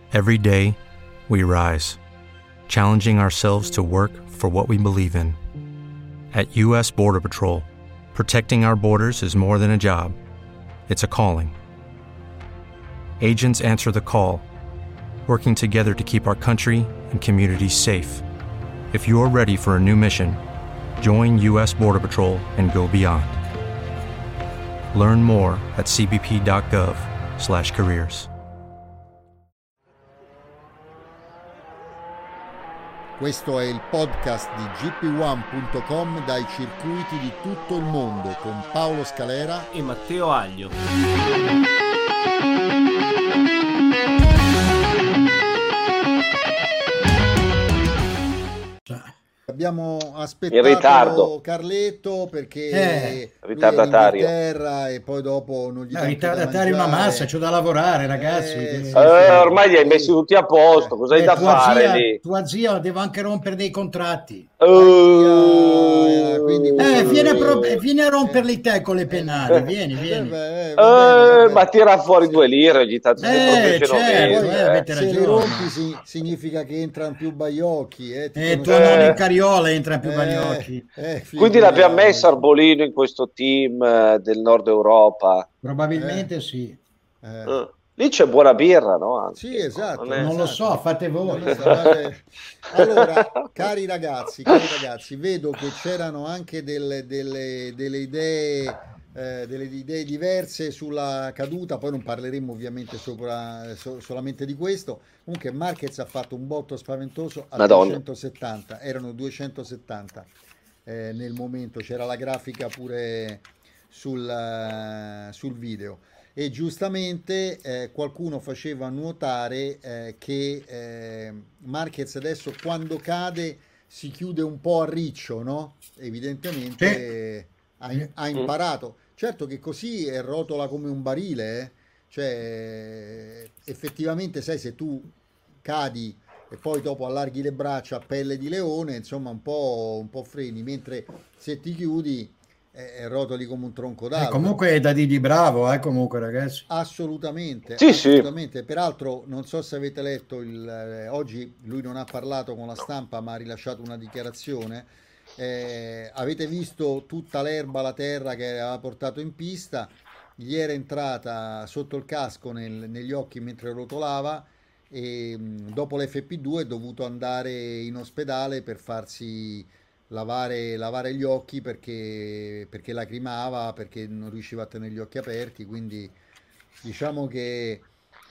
Every day, we rise, challenging ourselves to work for what we believe in. At U.S. Border Patrol, protecting our borders is more than a job. It's a calling. Agents answer the call, working together to keep our country and communities safe. If you're ready for a new mission, join U.S. Border Patrol and go beyond. Learn more at cbp.gov/careers. Questo è il podcast di gp1.com dai circuiti di tutto il mondo con Paolo Scalera e Matteo Aglio. Abbiamo aspettato Carletto perché ritardatario in Inghilterra e poi dopo non gli dà ritardatario una massa, c'ho da lavorare, ragazzi. Sì. Ormai li hai messi tutti a posto, cosa hai da fare lì? Tua zia deve anche rompere dei contratti. Quindi vieni a romperli te con le penali, vieni. Ma tira fuori 2 lire ogni tanto. Certo, avete se ragione. li rompi significa che entrano più baiocchi. Tua nonna in carriola entra più baiocchi. Quindi l'abbiamo messo Arbolino in questo team del Nord Europa? Probabilmente sì. Lì c'è buona birra, no? Anche. Sì, esatto. Non lo so, fate voi. Allora, cari ragazzi, vedo che c'erano anche delle idee diverse sulla caduta, poi non parleremo ovviamente solamente di questo. Comunque Marquez ha fatto un botto spaventoso a 270, erano 270 nel momento, c'era la grafica pure sul video. E giustamente qualcuno faceva nuotare che Marquez adesso quando cade si chiude un po' a riccio, no? Evidentemente ha imparato. Certo che così rotola come un barile, cioè effettivamente sai, se tu cadi e poi dopo allarghi le braccia a pelle di leone, insomma un po' freni, mentre se ti chiudi rotoli come un tronco d'albero. Comunque è da dirgli bravo, comunque ragazzi. Assolutamente, sì, assolutamente. Sì. Peraltro non so se avete letto, oggi lui non ha parlato con la stampa ma ha rilasciato una dichiarazione. Avete visto tutta l'erba, la terra che aveva portato in pista, gli era entrata sotto il casco negli occhi mentre rotolava e dopo l'FP2 è dovuto andare in ospedale per farsi lavare gli occhi perché lacrimava, perché non riusciva a tenere gli occhi aperti, quindi diciamo che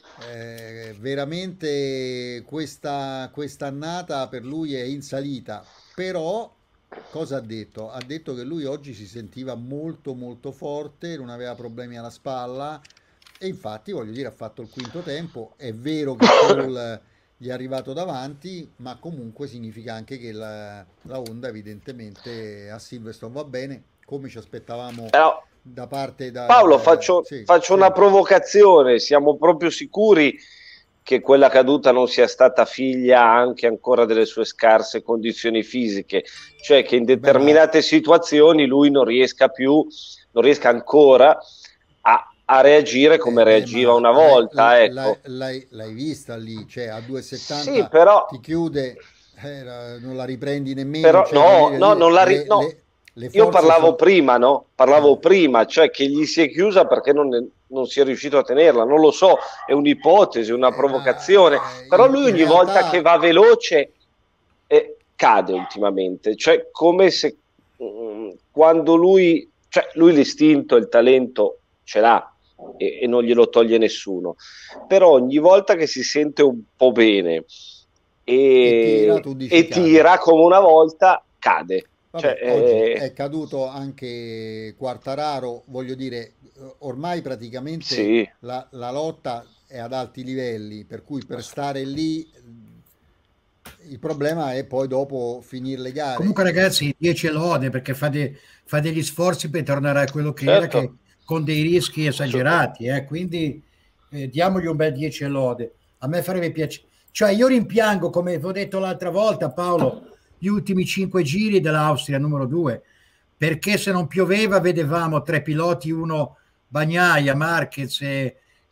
veramente questa annata per lui è in salita. Però cosa ha detto? Ha detto che lui oggi si sentiva molto molto forte, non aveva problemi alla spalla e infatti voglio dire ha fatto il quinto tempo. È vero che Paul gli è arrivato davanti, ma comunque significa anche che la Honda evidentemente a Silverstone va bene, come ci aspettavamo. Però, da parte Paolo, faccio una provocazione. Siamo proprio sicuri che quella caduta non sia stata figlia anche ancora delle sue scarse condizioni fisiche, cioè che in determinate situazioni lui non riesca ancora a reagire come reagiva una volta, ecco. L'hai vista lì, cioè a 2,70 sì, però, ti chiude, non la riprendi nemmeno. Però cioè, non la io parlavo prima, prima, cioè che gli si è chiusa perché non si è riuscito a tenerla, non lo so, è un'ipotesi, una provocazione, però lui ogni volta che va veloce cade ultimamente, cioè come se quando lui l'istinto, il talento ce l'ha e non glielo toglie nessuno, però ogni volta che si sente un po' bene e tira come una volta cade. Vabbè, oggi è caduto anche Quartararo, voglio dire, ormai praticamente la lotta è ad alti livelli, per cui per stare lì il problema è poi dopo finire le gare. Comunque ragazzi, 10 lode perché fa degli sforzi per tornare a quello che era, che con dei rischi esagerati, quindi diamogli un bel 10 lode. A me farebbe piacere, cioè io rimpiango, come vi ho detto l'altra volta Paolo, gli ultimi 5 giri dell'Austria numero 2, perché se non pioveva vedevamo 3 piloti, uno Bagnaia, Marquez e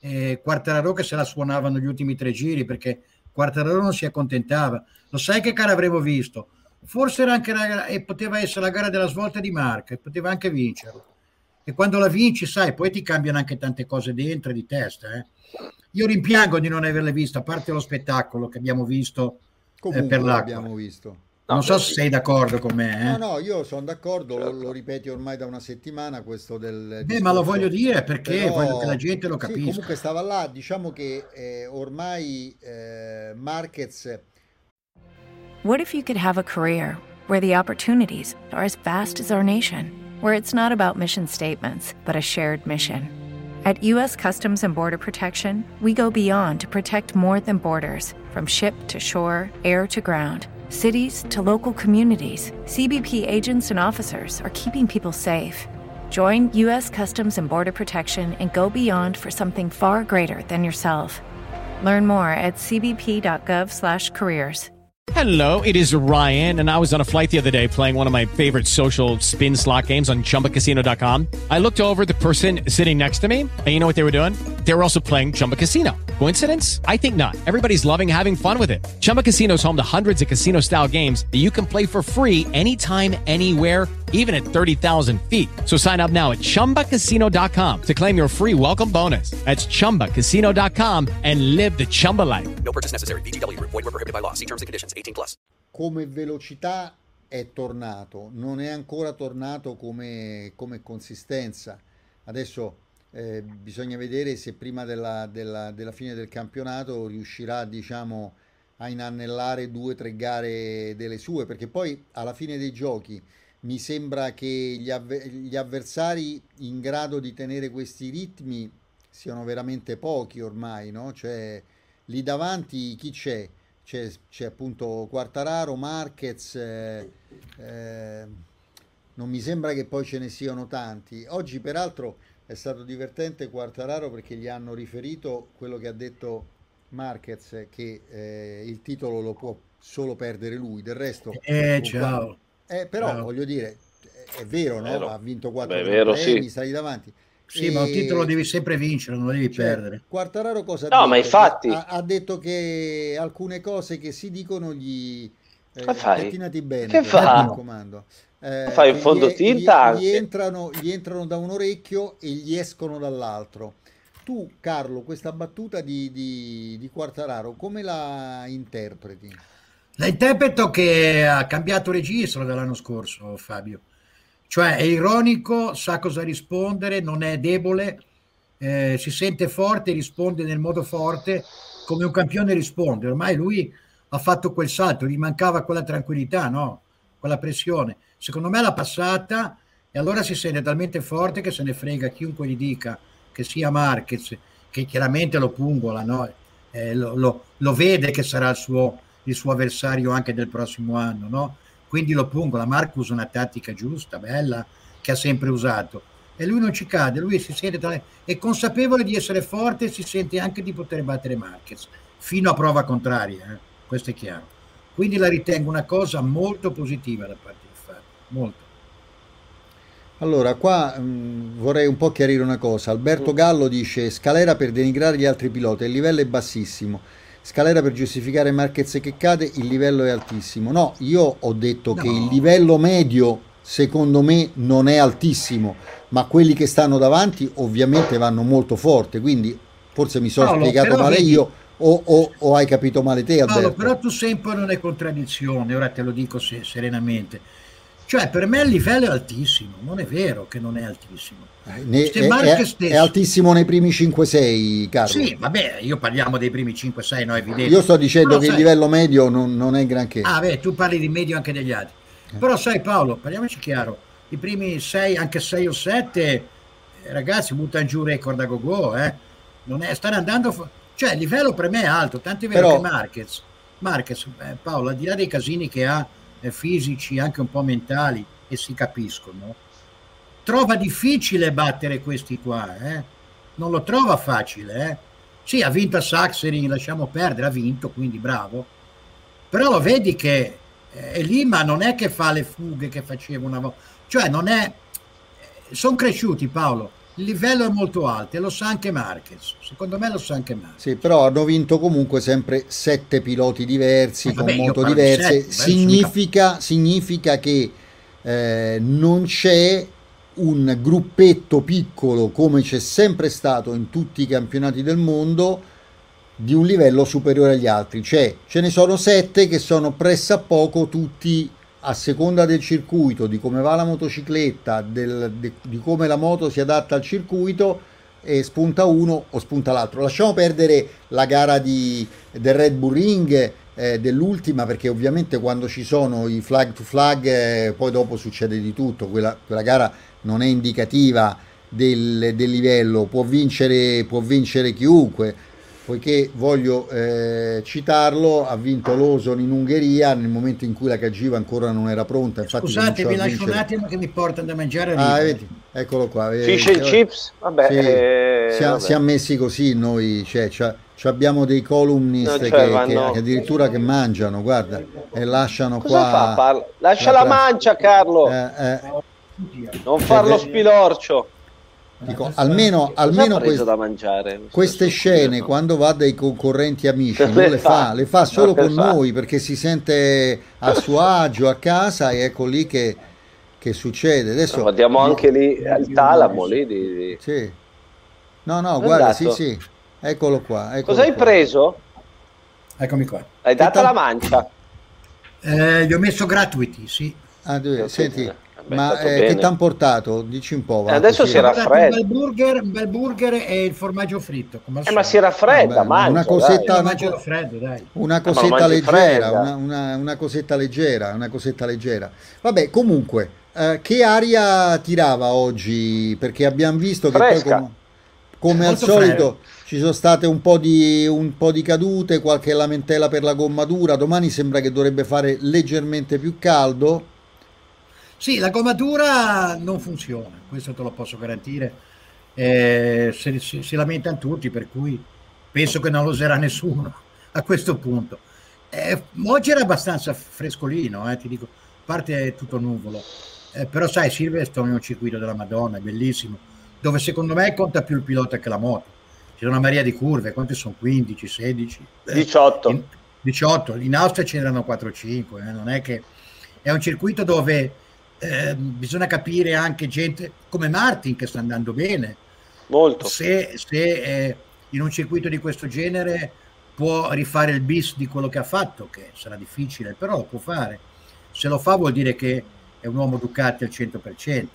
Quartararo che se la suonavano gli ultimi 3 giri, perché Quartararo non si accontentava. Lo sai che gara avremmo visto? Forse era anche poteva essere la gara della svolta di Marc, poteva anche vincere. E quando la vinci, sai, poi ti cambiano anche tante cose dentro e di testa. Io rimpiango di non averle viste, a parte lo spettacolo che abbiamo visto per l'acqua. Abbiamo visto. Non so se sei d'accordo con me. No, io sono d'accordo, lo ripeti ormai da una settimana questo del discorso, ma lo voglio dire perché voglio che la gente lo capisca. Sì, comunque stava là, diciamo che ormai Marquez. What if you could have a career where the opportunities are as vast as our nation, where it's not about mission statements, but a shared mission? At U.S. Customs and Border Protection, we go beyond to protect more than borders, from ship to shore, air to ground. Cities to local communities, CBP agents and officers are keeping people safe. Join U.S. Customs and Border Protection and go beyond for something far greater than yourself. Learn more at cbp.gov/careers. Hello, it is Ryan, and I was on a flight the other day playing one of my favorite social spin slot games on ChumbaCasino.com. I looked over at the person sitting next to me, and you know what they were doing? They were also playing Chumba Casino. Coincidence? I think not. Everybody's loving having fun with it. Chumba Casino is home to hundreds of casino-style games that you can play for free anytime, anywhere, even at 30,000 feet. So sign up now at ChumbaCasino.com to claim your free welcome bonus. That's ChumbaCasino.com and live the Chumba life. No purchase necessary. VGW. Void were prohibited by law. See terms and conditions. 18+. Come velocità è tornato, non è ancora tornato come consistenza. Adesso bisogna vedere se prima della fine del campionato riuscirà, diciamo, a inannellare 2 o 3 gare delle sue, perché poi alla fine dei giochi mi sembra che gli avversari in grado di tenere questi ritmi siano veramente pochi ormai, no? Cioè lì davanti chi c'è? C'è appunto Quartararo, Marquez, non mi sembra che poi ce ne siano tanti. Oggi peraltro è stato divertente Quartararo perché gli hanno riferito quello che ha detto Marquez, che il titolo lo può solo perdere lui, del resto ciao. Però ciao. Voglio dire, è vero, no? Vero. Ha vinto 4 sì. mi stai davanti. Sì, ma un titolo lo devi sempre vincere, non lo devi perdere. Quartararo cosa ha No, detto? ma infatti Ha detto che alcune cose che si dicono gli pettinati bene, che fa? mi raccomando. Fai un fondotinta gli entrano da un orecchio e gli escono dall'altro. Tu, Carlo, questa battuta di Quartararo come la interpreti? La interpreto che ha cambiato registro dall'anno scorso, Fabio. Cioè è ironico, sa cosa rispondere, non è debole, si sente forte, risponde nel modo forte, come un campione risponde. Ormai lui ha fatto quel salto, gli mancava quella tranquillità, no? Quella pressione. Secondo me l'ha passata e allora si sente talmente forte che se ne frega chiunque gli dica che sia Marquez, che chiaramente lo pungola, no? Lo vede che sarà il suo avversario anche del prossimo anno, no? Quindi lo pungola. Marco usa una tattica giusta, bella, che ha sempre usato, e lui non ci cade, lui si sente è consapevole di essere forte e si sente anche di poter battere Marquez fino a prova contraria, questo è chiaro. Quindi la ritengo una cosa molto positiva da parte di Fabio, molto. Allora, qua vorrei un po' chiarire una cosa. Alberto Gallo dice: Scalera per denigrare gli altri piloti, il livello è bassissimo. Scalera per giustificare Marquez che cade, il livello è altissimo. No, io ho detto che il livello medio secondo me non è altissimo, ma quelli che stanno davanti ovviamente vanno molto forte, quindi forse mi sono spiegato male io o hai capito male te, Alberto. Però tu sei un po' in una contraddizione, ora te lo dico serenamente. Cioè per me il livello è altissimo, non è vero che non è altissimo. È altissimo nei primi 5-6, Carlo. Sì, vabbè, io parliamo dei primi 5-6, no, evidente. Io sto dicendo che il livello medio non è granché. Ah, beh, tu parli di medio anche degli altri. Però sai Paolo, parliamoci chiaro, i primi 6, anche 6 o 7, ragazzi, buttano giù record a go-go, stanno andando... Cioè il livello per me è alto, tanto è vero che Marquez, Paolo, al di là dei casini che ha, fisici, anche un po' mentali, e si capiscono, trova difficile battere questi qua, non lo trova facile, Sì, ha vinto a Sachsenring, lasciamo perdere, ha vinto, quindi bravo, però lo vedi che è lì, ma non è che fa le fughe che faceva una volta, cioè non è, sono cresciuti, Paolo, il livello è molto alto e lo sa anche Marquez, secondo me lo sa anche Marquez. Sì, però hanno vinto comunque sempre 7 piloti diversi con vabbè, moto diverse, significa che non c'è un gruppetto piccolo come c'è sempre stato in tutti i campionati del mondo di un livello superiore agli altri, cioè ce ne sono 7 che sono pressappoco tutti a seconda del circuito, di come va la motocicletta, di come la moto si adatta al circuito, e spunta uno o spunta l'altro. Lasciamo perdere la gara del Red Bull Ring, dell'ultima, perché ovviamente quando ci sono i flag to flag poi dopo succede di tutto, quella gara non è indicativa del livello, può vincere chiunque. Poiché voglio citarlo, ha vinto Lawson in Ungheria nel momento in cui la Cagiva ancora non era pronta. Infatti scusate, vi lascio un attimo che mi portano da mangiare. Vedi, eccolo qua. Fish and chips? Vabbè, sì, siamo messi così noi, cioè, abbiamo dei columnist che addirittura che mangiano, guarda, e lasciano. Cosa qua. Lascia la mancia, Carlo. Non farlo spilorcio. Dico, almeno da mangiare, queste scene quando va dai concorrenti amici non le fa solo con noi, perché si sente a suo agio a casa, e ecco lì che succede. Adesso andiamo anche lì al Talamo lì Sì. No, guarda, sì, eccolo qua. Cosa hai preso? Eccomi qua. Hai data la mancia? Gli ho messo gratuiti, sì. Senti, ma che t'han portato? Dici un po'. Adesso si raffredda. Un bel burger e il formaggio fritto. Ma si raffredda, una cosetta, una cosetta leggera, una cosetta leggera. Vabbè, comunque, che aria tirava oggi? Perché abbiamo visto che poi come al solito ci sono state un po' di cadute, qualche lamentela per la gommatura. Domani sembra che dovrebbe fare leggermente più caldo. Sì, la gommatura non funziona, questo te lo posso garantire. Si lamentano tutti, per cui penso che non lo userà nessuno a questo punto. Oggi era abbastanza frescolino, ti dico, a parte è tutto nuvolo. Però sai, Silverstone è un circuito della Madonna, è bellissimo, dove secondo me conta più il pilota che la moto. Ci sono una marea di curve, quante sono? 15, 16? 18. 18, in Austria ce n'erano 4-5, non è che... È un circuito dove... bisogna capire anche gente come Martin che sta andando bene molto, se in un circuito di questo genere può rifare il bis di quello che ha fatto, che sarà difficile, però lo può fare. Se lo fa vuol dire che è un uomo Ducati al 100%.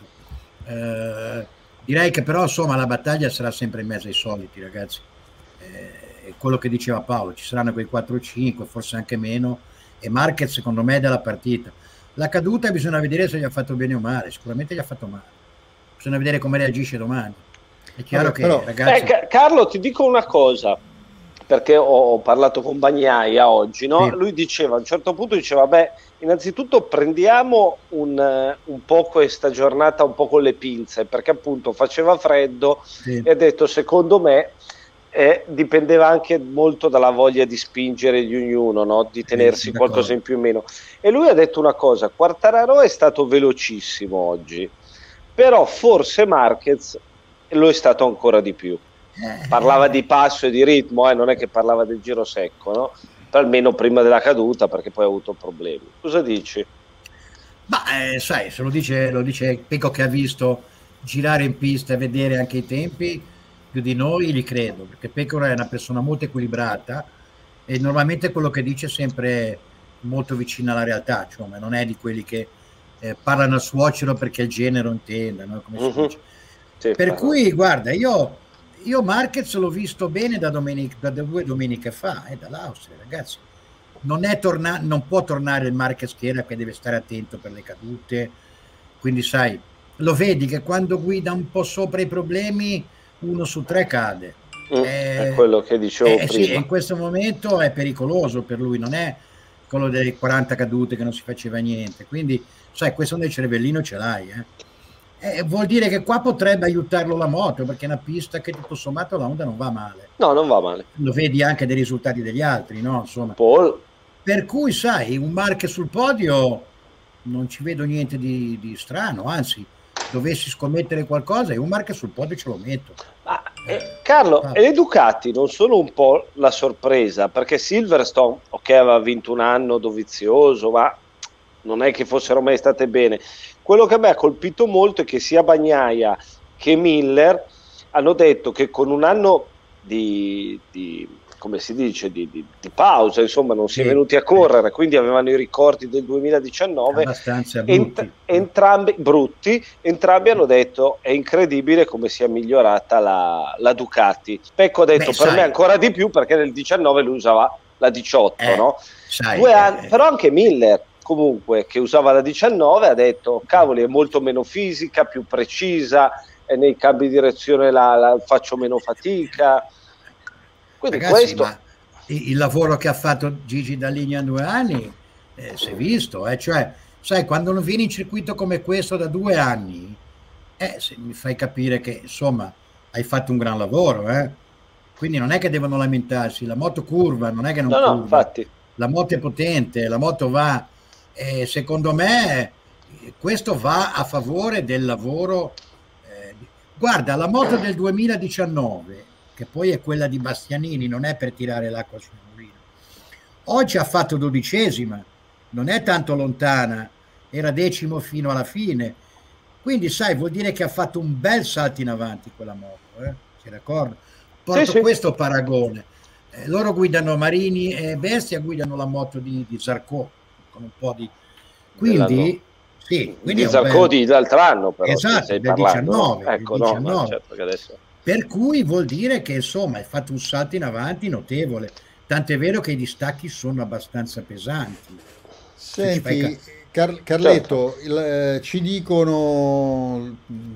Direi che però insomma la battaglia sarà sempre in mezzo ai soliti, ragazzi. Quello che diceva Paolo, ci saranno quei 4-5, forse anche meno, e Marquez secondo me è della partita. La caduta bisogna vedere se gli ha fatto bene o male, sicuramente gli ha fatto male, bisogna vedere come reagisce domani. È chiaro che ragazzi... Carlo, ti dico una cosa, perché ho parlato con Bagnaia oggi, no? Sì. Lui diceva, a un certo punto diceva, innanzitutto prendiamo un po' questa giornata un po' con le pinze, perché appunto faceva freddo, Sì. E ha detto, secondo me dipendeva anche molto dalla voglia di spingere di ognuno, no? Di tenersi qualcosa in più o meno. E lui ha detto una cosa, Quartararo è stato velocissimo oggi, però forse Marquez lo è stato ancora di più. Parlava di passo e di ritmo, non è che parlava del giro secco, no? Almeno prima della caduta, perché poi ha avuto problemi. Cosa dici? Sai, se lo dice Pecco, che ha visto girare in pista e vedere anche i tempi più di noi, gli credo, perché Pecora è una persona molto equilibrata e normalmente quello che dice è sempre molto vicino alla realtà, cioè non è di quelli che parlano al suocero perché il genero intenda, no? Come si dice. Sì, per cui guarda, io Marquez l'ho visto bene da 2 domeniche fa, dall'Austria, ragazzi. Non può tornare il Marquez che era, che deve stare attento per le cadute, quindi sai, lo vedi che quando guida un po' sopra i problemi 1 su 3 cade. È quello che dicevo prima. Sì, in questo momento è pericoloso per lui, non è quello delle 40 cadute che non si faceva niente, quindi sai, questo nel cervellino ce l'hai, vuol dire che qua potrebbe aiutarlo la moto, perché è una pista che tutto sommato la Honda non va male. No, non va male. Lo vedi anche dai risultati degli altri, no? Insomma. Paul. Per cui sai, un Marquez sul podio non ci vedo niente di strano, anzi dovessi scommettere qualcosa, Umar che sul podio ce lo metto. Carlo, e le Ducati non sono un po' la sorpresa? Perché Silverstone, ok, aveva vinto un anno Dovizioso, ma non è che fossero mai state bene. Quello che a me ha colpito molto è che sia Bagnaia che Miller hanno detto che con un anno di come si dice, di pausa, insomma, non si è venuti a correre, quindi avevano i ricordi del 2019, abbastanza brutti. Entrambi hanno detto è incredibile come sia migliorata la Ducati. Pecco ha detto per me ancora di più, perché nel 19 lui usava la 18, no? 2 anni, però anche Miller comunque, che usava la 19, ha detto cavoli, è molto meno fisica, più precisa, e nei cambi di direzione faccio meno fatica. Quindi ragazzi, ma il lavoro che ha fatto Gigi Dall'Igna in 2 anni si è visto, cioè, sai, quando non vieni in circuito come questo da 2 anni, se mi fai capire che insomma hai fatto un gran lavoro, quindi non è che devono lamentarsi, la moto curva, non è che non curva, infatti. La moto è potente, la moto va, secondo me questo va a favore del lavoro. Guarda, la moto del 2019, che poi è quella di Bastianini, non è per tirare l'acqua sul mulino, oggi ha fatto 12ª, non è tanto lontana, era 10° fino alla fine, quindi sai, vuol dire che ha fatto un bel salto in avanti quella moto, sei d'accordo? Porto questo paragone, loro guidano, Marini e Bestia guidano la moto di Zarco con un po' di, quindi quindi Zarco di l'altro anno, però, esatto, del 19, ecco, del 19. No, certo che adesso... Per cui vuol dire che insomma hai fatto un salto in avanti notevole, tant'è vero che i distacchi sono abbastanza pesanti. Senti, Carletto, ci dicono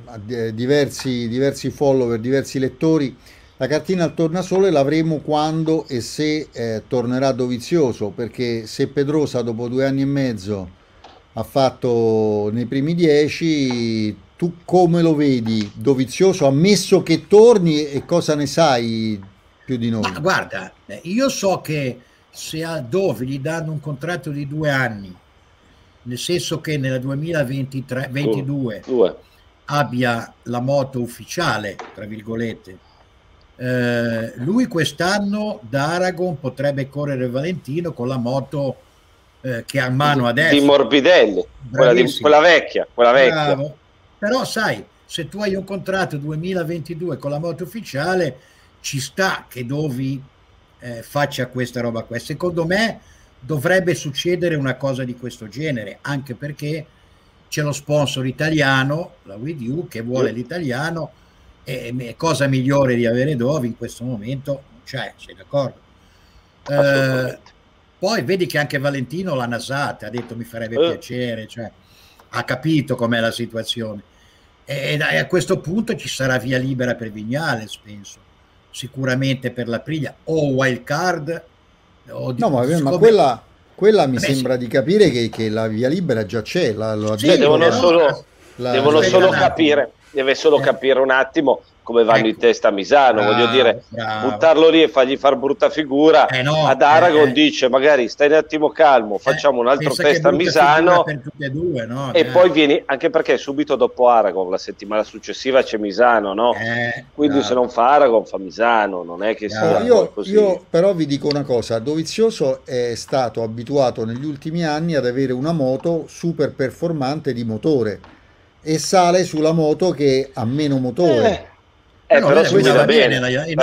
diversi follower, diversi lettori, la cartina al tornasole l'avremo quando e se tornerà Dovizioso, perché se Pedrosa dopo 2 anni e mezzo ha fatto nei primi 10, tu come lo vedi Dovizioso, ammesso che torni, e cosa ne sai più di noi? Ma guarda, io so che se a Dove gli danno un contratto di 2 anni, nel senso che nella 2022 abbia la moto ufficiale, tra virgolette, lui quest'anno da Aragon potrebbe correre Valentino con la moto che ha in mano adesso, di Morbidelli, quella vecchia. Bravo. Però sai, se tu hai un contratto 2022 con la moto ufficiale, ci sta che Dovi faccia questa roba qua. Secondo me dovrebbe succedere una cosa di questo genere, anche perché c'è lo sponsor italiano, la With You, che vuole l'italiano, e cosa migliore di avere Dovi in questo momento non c'è, sei d'accordo? Poi vedi che anche Valentino l'ha nasata, ha detto mi farebbe piacere, cioè ha capito com'è la situazione, e a questo punto ci sarà via libera per Vignales, penso, sicuramente per l'Aprilia o wild card ma quella mi sembra di capire che la via libera già c'è, devono solo capire, deve solo capire un attimo come vanno in testa a Misano, voglio dire, buttarlo lì e fargli far brutta figura ad Aragon, dice magari stai un attimo calmo, facciamo un altro test a Misano e poi vieni, anche perché subito dopo Aragon la settimana successiva c'è Misano, no? Quindi se non fa Aragon fa Misano, non è che sia così. Io però vi dico una cosa, Dovizioso è stato abituato negli ultimi anni ad avere una moto super performante di motore e sale sulla moto che ha meno motore. Però si guida bene,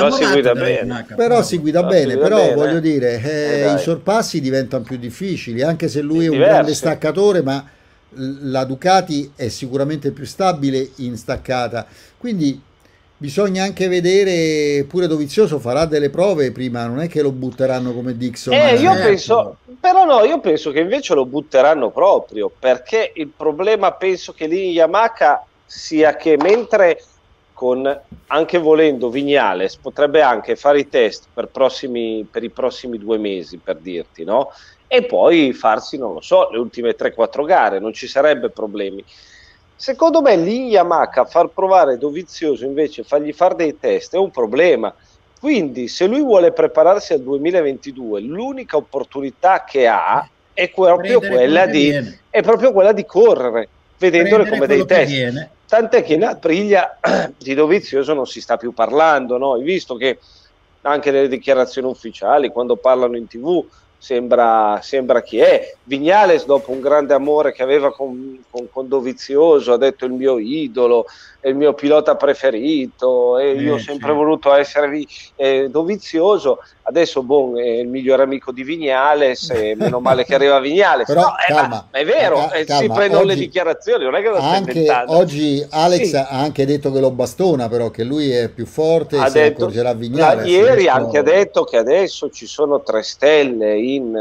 però voglio dire, i sorpassi diventano più difficili, anche se lui è un grande staccatore, ma la Ducati è sicuramente più stabile in staccata, quindi bisogna anche vedere, pure Dovizioso farà delle prove prima, non è che lo butteranno come Dixon. Io penso che invece lo butteranno proprio, perché il problema penso che lì in Yamaha sia che mentre anche volendo Vignales potrebbe anche fare i test per i prossimi 2 mesi, per dirti, no? E poi farsi, non lo so, le ultime 3-4 gare, non ci sarebbe problemi. Secondo me lì in Yamaha far provare Dovizioso, invece fargli fare dei test è un problema, quindi se lui vuole prepararsi al 2022 l'unica opportunità che ha è proprio quella di correre, vedendole come dei test. Tant'è che in Aprilia di Dovizioso non si sta più parlando, no? Hai visto che anche nelle dichiarazioni ufficiali, quando parlano in TV, sembra chi è. Vignales, dopo un grande amore che aveva con Dovizioso, ha detto il mio idolo, è il mio pilota preferito, e io ho sempre voluto essere Dovizioso. Adesso è il migliore amico di Vignales, e meno male che arriva Vignales. Però, no, calma, è vero, si prendono le dichiarazioni, non è che lo stai inventando. Oggi Alex ha anche detto che lo bastona, però che lui è più forte e se accorgerà Vignales. Ieri ha anche detto che adesso ci sono 3 stelle in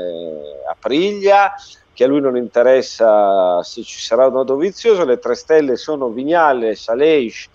Aprilia, che a lui non interessa se ci sarà uno Dovizioso. Le 3 stelle sono Vignales, Aleix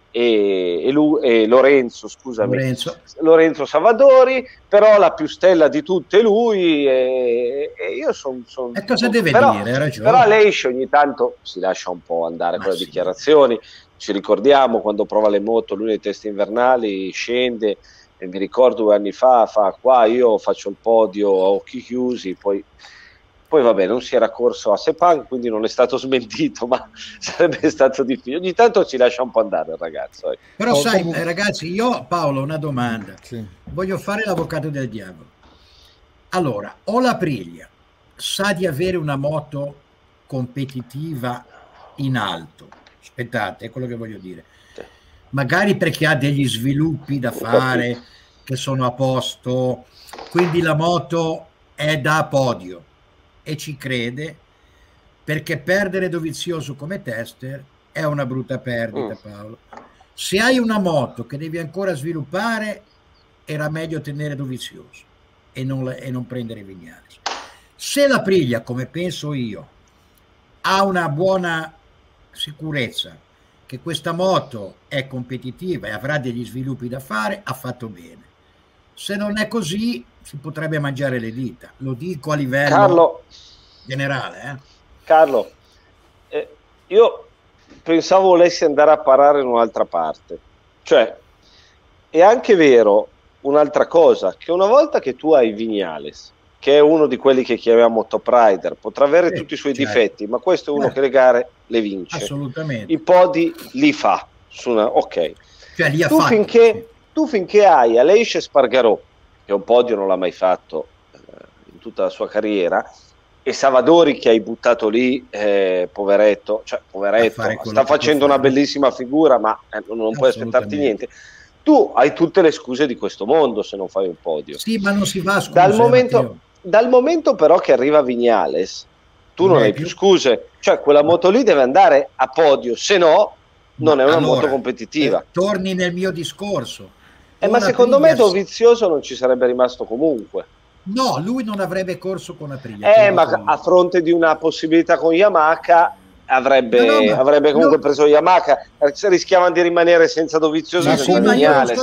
e Lorenzo, scusami, Lorenzo Savadori, però la più stella di tutte è lui, e io sono e cosa deve dire? Hai ragione. Però Aleix ogni tanto si lascia un po' andare con le dichiarazioni. Ci ricordiamo quando prova le moto lui nei test invernali, scende, e mi ricordo 2 anni fa qua io faccio il podio a occhi chiusi, poi vabbè, non si era corso a Sepang, quindi non è stato smentito, ma sarebbe stato difficile. Ogni tanto ci lascia un po' andare il ragazzo. Però sai, ragazzi, io Paolo ho una domanda. Voglio fare l'avvocato del diavolo. Allora, o l'Aprilia sa di avere una moto competitiva in alto, aspettate, è quello che voglio dire, magari perché ha degli sviluppi da fare che sono a posto, quindi la moto è da podio e ci crede, perché perdere Dovizioso come tester è una brutta perdita, Paolo. Se hai una moto che devi ancora sviluppare, era meglio tenere Dovizioso e non prendere Vignales. Se l'Aprilia, come penso io, ha una buona sicurezza che questa moto è competitiva e avrà degli sviluppi da fare, ha fatto bene. Se non è così, si potrebbe mangiare le dita. Lo dico a livello generale. Carlo, io pensavo volessi andare a parare in un'altra parte. Cioè, è anche vero un'altra cosa, che una volta che tu hai Vignales, che è uno di quelli che chiamiamo top rider, potrà avere tutti i suoi difetti, ma questo è uno che le gare le vince. Assolutamente. I podi li fa. Cioè, li ha tu finché hai Aleix Espargaró, che un podio non l'ha mai fatto in tutta la sua carriera, e Savadori che hai buttato lì, poveretto, sta facendo una bellissima figura, ma non puoi aspettarti niente. Tu hai tutte le scuse di questo mondo se non fai un podio. Sì, ma non si va a scusare. Dal momento però che arriva Vignales, tu non hai più scuse, cioè quella moto lì deve andare a podio, se no non è una moto competitiva. Torni nel mio discorso. Ma secondo me Dovizioso non ci sarebbe rimasto comunque. No, lui non avrebbe corso con Aprilia. Ma a fronte di una possibilità con Yamaha avrebbe comunque preso Yamaha, rischiavano di rimanere senza Dovizioso e senza Vignales.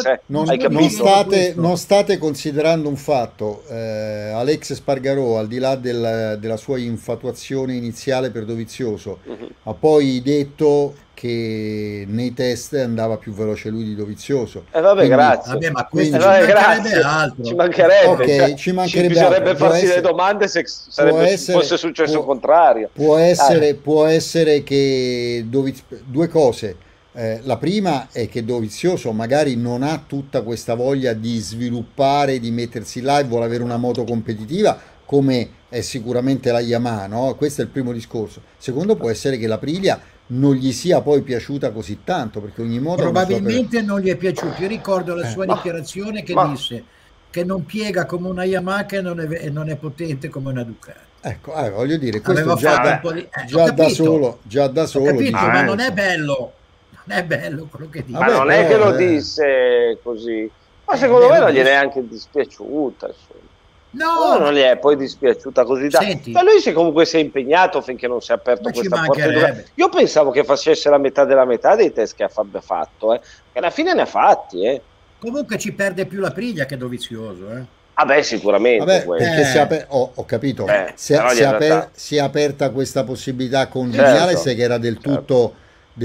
Non state considerando un fatto, Alex Espargaró, al di là della sua infatuazione iniziale per Dovizioso, ha poi detto che nei test andava più veloce lui di Dovizioso. Grazie. Ma questo grazie. Altro. Ci mancherebbe. Ci mancherebbe bisognerebbe farsi le domande se fosse successo il contrario. Può essere che due cose. La prima è che Dovizioso magari non ha tutta questa voglia di sviluppare, di mettersi là e vuole avere una moto competitiva, come è sicuramente la Yamaha, no? Questo è il primo discorso. Secondo, può essere che l'Aprilia non gli sia poi piaciuta così tanto, perché ogni modo probabilmente non gli è piaciuto. Io ricordo la sua dichiarazione che disse che non piega come una Yamaha e non è potente come una Ducati. Ecco, voglio dire, questo già da solo. Capito, ma non è bello quello che dice. Ma non è che lo disse così, ma secondo me non gliene è anche dispiaciuta, insomma. No, non gli è poi dispiaciuta così tanto. Ma lui comunque si è impegnato finché non si è aperto questa porta. Io pensavo che facesse la metà della metà dei test che abbia fatto, che alla fine ne ha fatti. Comunque ci perde più l'Aprilia che Dovizioso, sicuramente. Perché ho capito. Si è aperta questa possibilità con Vignales, che era del tutto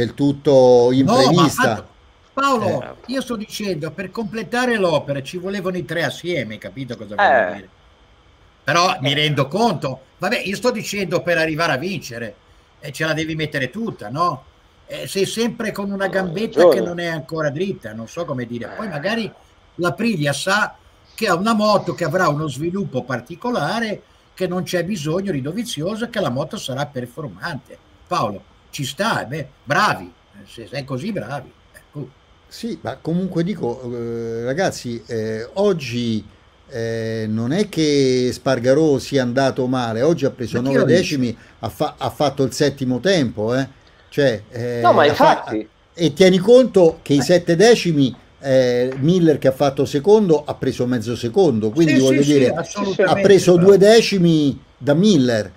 imprevista. Paolo, io sto dicendo, per completare l'opera ci volevano i 3 assieme, capito cosa voglio dire? Però mi rendo conto, io sto dicendo per arrivare a vincere, e ce la devi mettere tutta, no? sei sempre con una gambetta che non è ancora dritta, non so come dire. Poi magari l'Aprilia sa che ha una moto che avrà uno sviluppo particolare, che non c'è bisogno di Dovizioso, che la moto sarà performante. Paolo, ci sta, bravi, se sei così bravi. Sì, ma comunque dico, ragazzi, oggi non è che Spargarò sia andato male, oggi ha preso 9 decimi, ha fatto il 7° tempo, cioè, no, ma infatti, e tieni conto che i 7 decimi Miller, che ha fatto secondo, ha preso mezzo secondo, quindi voglio dire, ha preso 2 decimi da Miller,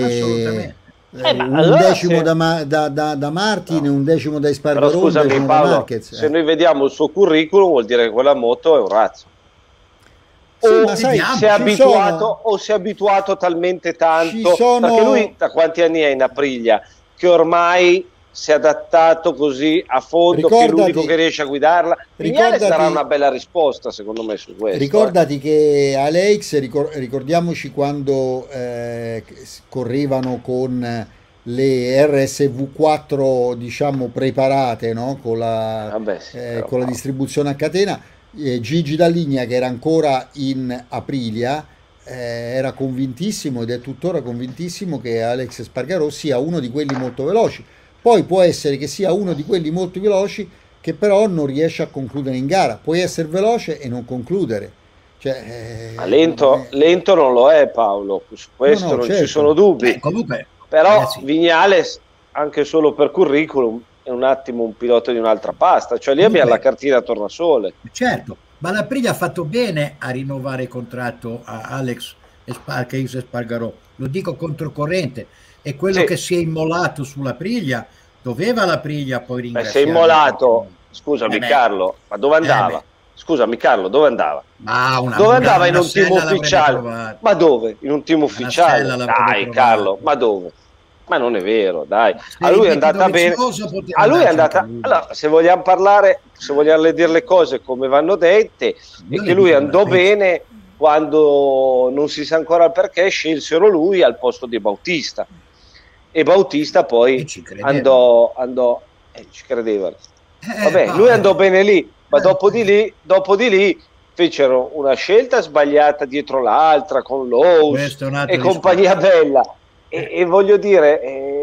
un decimo da Martin, un decimo da Espargaró, però scusami, un Paolo, da Marquez. Se noi vediamo il suo curriculum, vuol dire che quella moto è un razzo. O si è abituato talmente tanto, perché lui da quanti anni è in Aprilia, che ormai si è adattato così a fondo, che è l'unico che riesce a guidarla. Vignales sarà una bella risposta secondo me su questo. Ricordati che Alex, ricordiamoci quando correvano con le RSV4, diciamo, preparate, no? Con la distribuzione a catena, Gigi Dall'Igna, che era ancora in Aprilia, era convintissimo, ed è tuttora convintissimo, che Alex Espargaró sia uno di quelli molto veloci. Poi può essere che sia uno di quelli molto veloci che però non riesce a concludere in gara. Puoi essere veloce e non concludere. Cioè, lento non lo è, Paolo, su questo non ci sono dubbi. Comunque, però Vignales, anche solo per curriculum, è un attimo un pilota di un'altra pasta. Cioè lì abbiamo la cartina a tornasole. Certo, ma l'Aprilia ha fatto bene a rinnovare il contratto a Alex Espargaró. Lo dico controcorrente. E quello che si è immolato sull'Aprilia, doveva l'Aprilia poi ringraziare. Si è immolato, scusami Carlo, ma dove andava? Scusami Carlo, dove andava? Dove andava in un team ufficiale? Ma dove? In un team ufficiale? Dai Carlo, ma dove? Ma non è vero, dai. A lui è andata bene. A lui è andata. Allora, se vogliamo parlare, se vogliamo dire le cose come vanno dette, è che lui andò bene quando non si sa ancora il perché scelsero lui al posto di Bautista. E Bautista poi andò ci credevano. Vabbè, lui andò bene lì, ma dopo di lì fecero una scelta sbagliata dietro l'altra con Lowe's e compagnia bella. E voglio dire,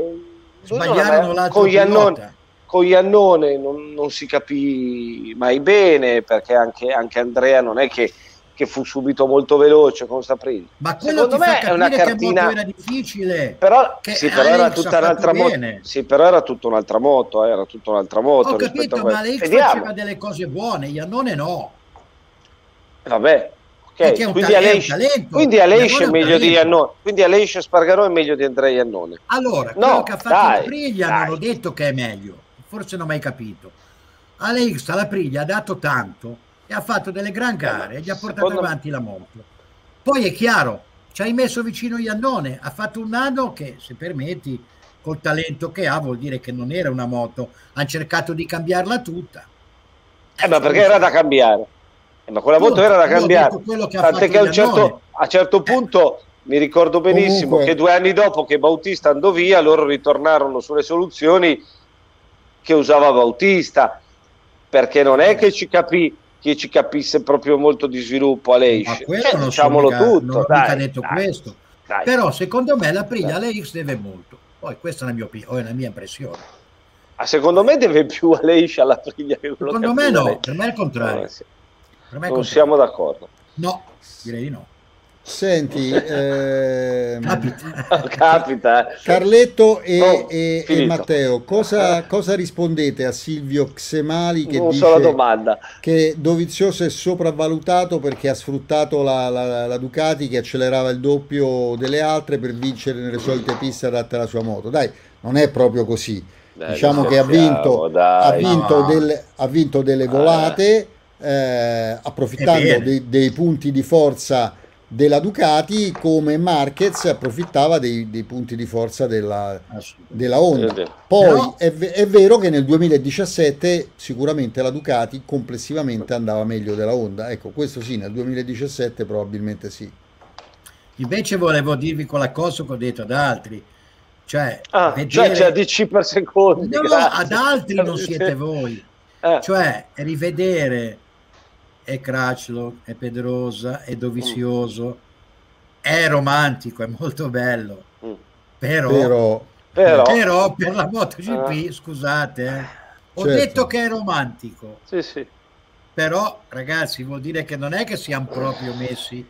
con Iannone non si capì mai bene, perché anche Andrea non è che fu subito molto veloce con Saprili. Ma quello secondo me è una cartina, era difficile, però era tutta un'altra moto. Sì, però era tutta un'altra moto, Ho capito, ma Alex faceva delle cose buone, Iannone no. Vabbè, ok. Quindi Aleix è meglio di Iannone. Quindi Aleix Espargaró è meglio di Andrea Iannone. Allora, quello che ha fatto l'Aprilia non ho detto che è meglio, forse non ho mai capito. Alex all'Aprilia ha dato tanto e ha fatto delle gran gare e gli ha portato avanti la moto. Poi è chiaro, ci hai messo vicino Iannone, ha fatto un anno che, se permetti, col talento che ha, vuol dire che non era una moto, hanno cercato di cambiarla tutta. Ma perché era da cambiare? Ma quella moto era da cambiare, tant'è che a un certo punto mi ricordo benissimo che 2 anni dopo che Bautista andò via, loro ritornarono sulle soluzioni che usava Bautista, perché non è che ci capisse proprio molto di sviluppo Aleix, diciamolo tutto. Non ho mica detto questo, però secondo me l'Aprilia Aleix deve molto. Poi questa è la mia impressione. Secondo me deve più Aleix all'Aprilia che quello secondo me no, per me è il contrario. Non siamo d'accordo. No, direi di no. Senti, capita. Carletto e Matteo, cosa rispondete a Silvio Xemali che dice che Dovizioso è sopravvalutato perché ha sfruttato la Ducati che accelerava il doppio delle altre per vincere nelle solite piste adatte alla sua moto? Dai, non è proprio così. Diciamo che ha vinto delle volate, approfittando dei punti di forza della Ducati, come Marquez approfittava dei punti di forza della Honda. Poi è vero che nel 2017 sicuramente la Ducati complessivamente andava meglio della Honda, ecco, questo sì, nel 2017 probabilmente sì. Invece volevo dirvi quella cosa che ho detto ad altri, Cioè, cioè DC per secondi. No, ad altri non siete voi. Cioè, rivedere è Crutchlow, è Pedrosa, è Dovizioso, è romantico, è molto bello. Però per la MotoGP, scusate, ho detto che è romantico. Sì. Però, ragazzi, vuol dire che non è che siamo proprio messi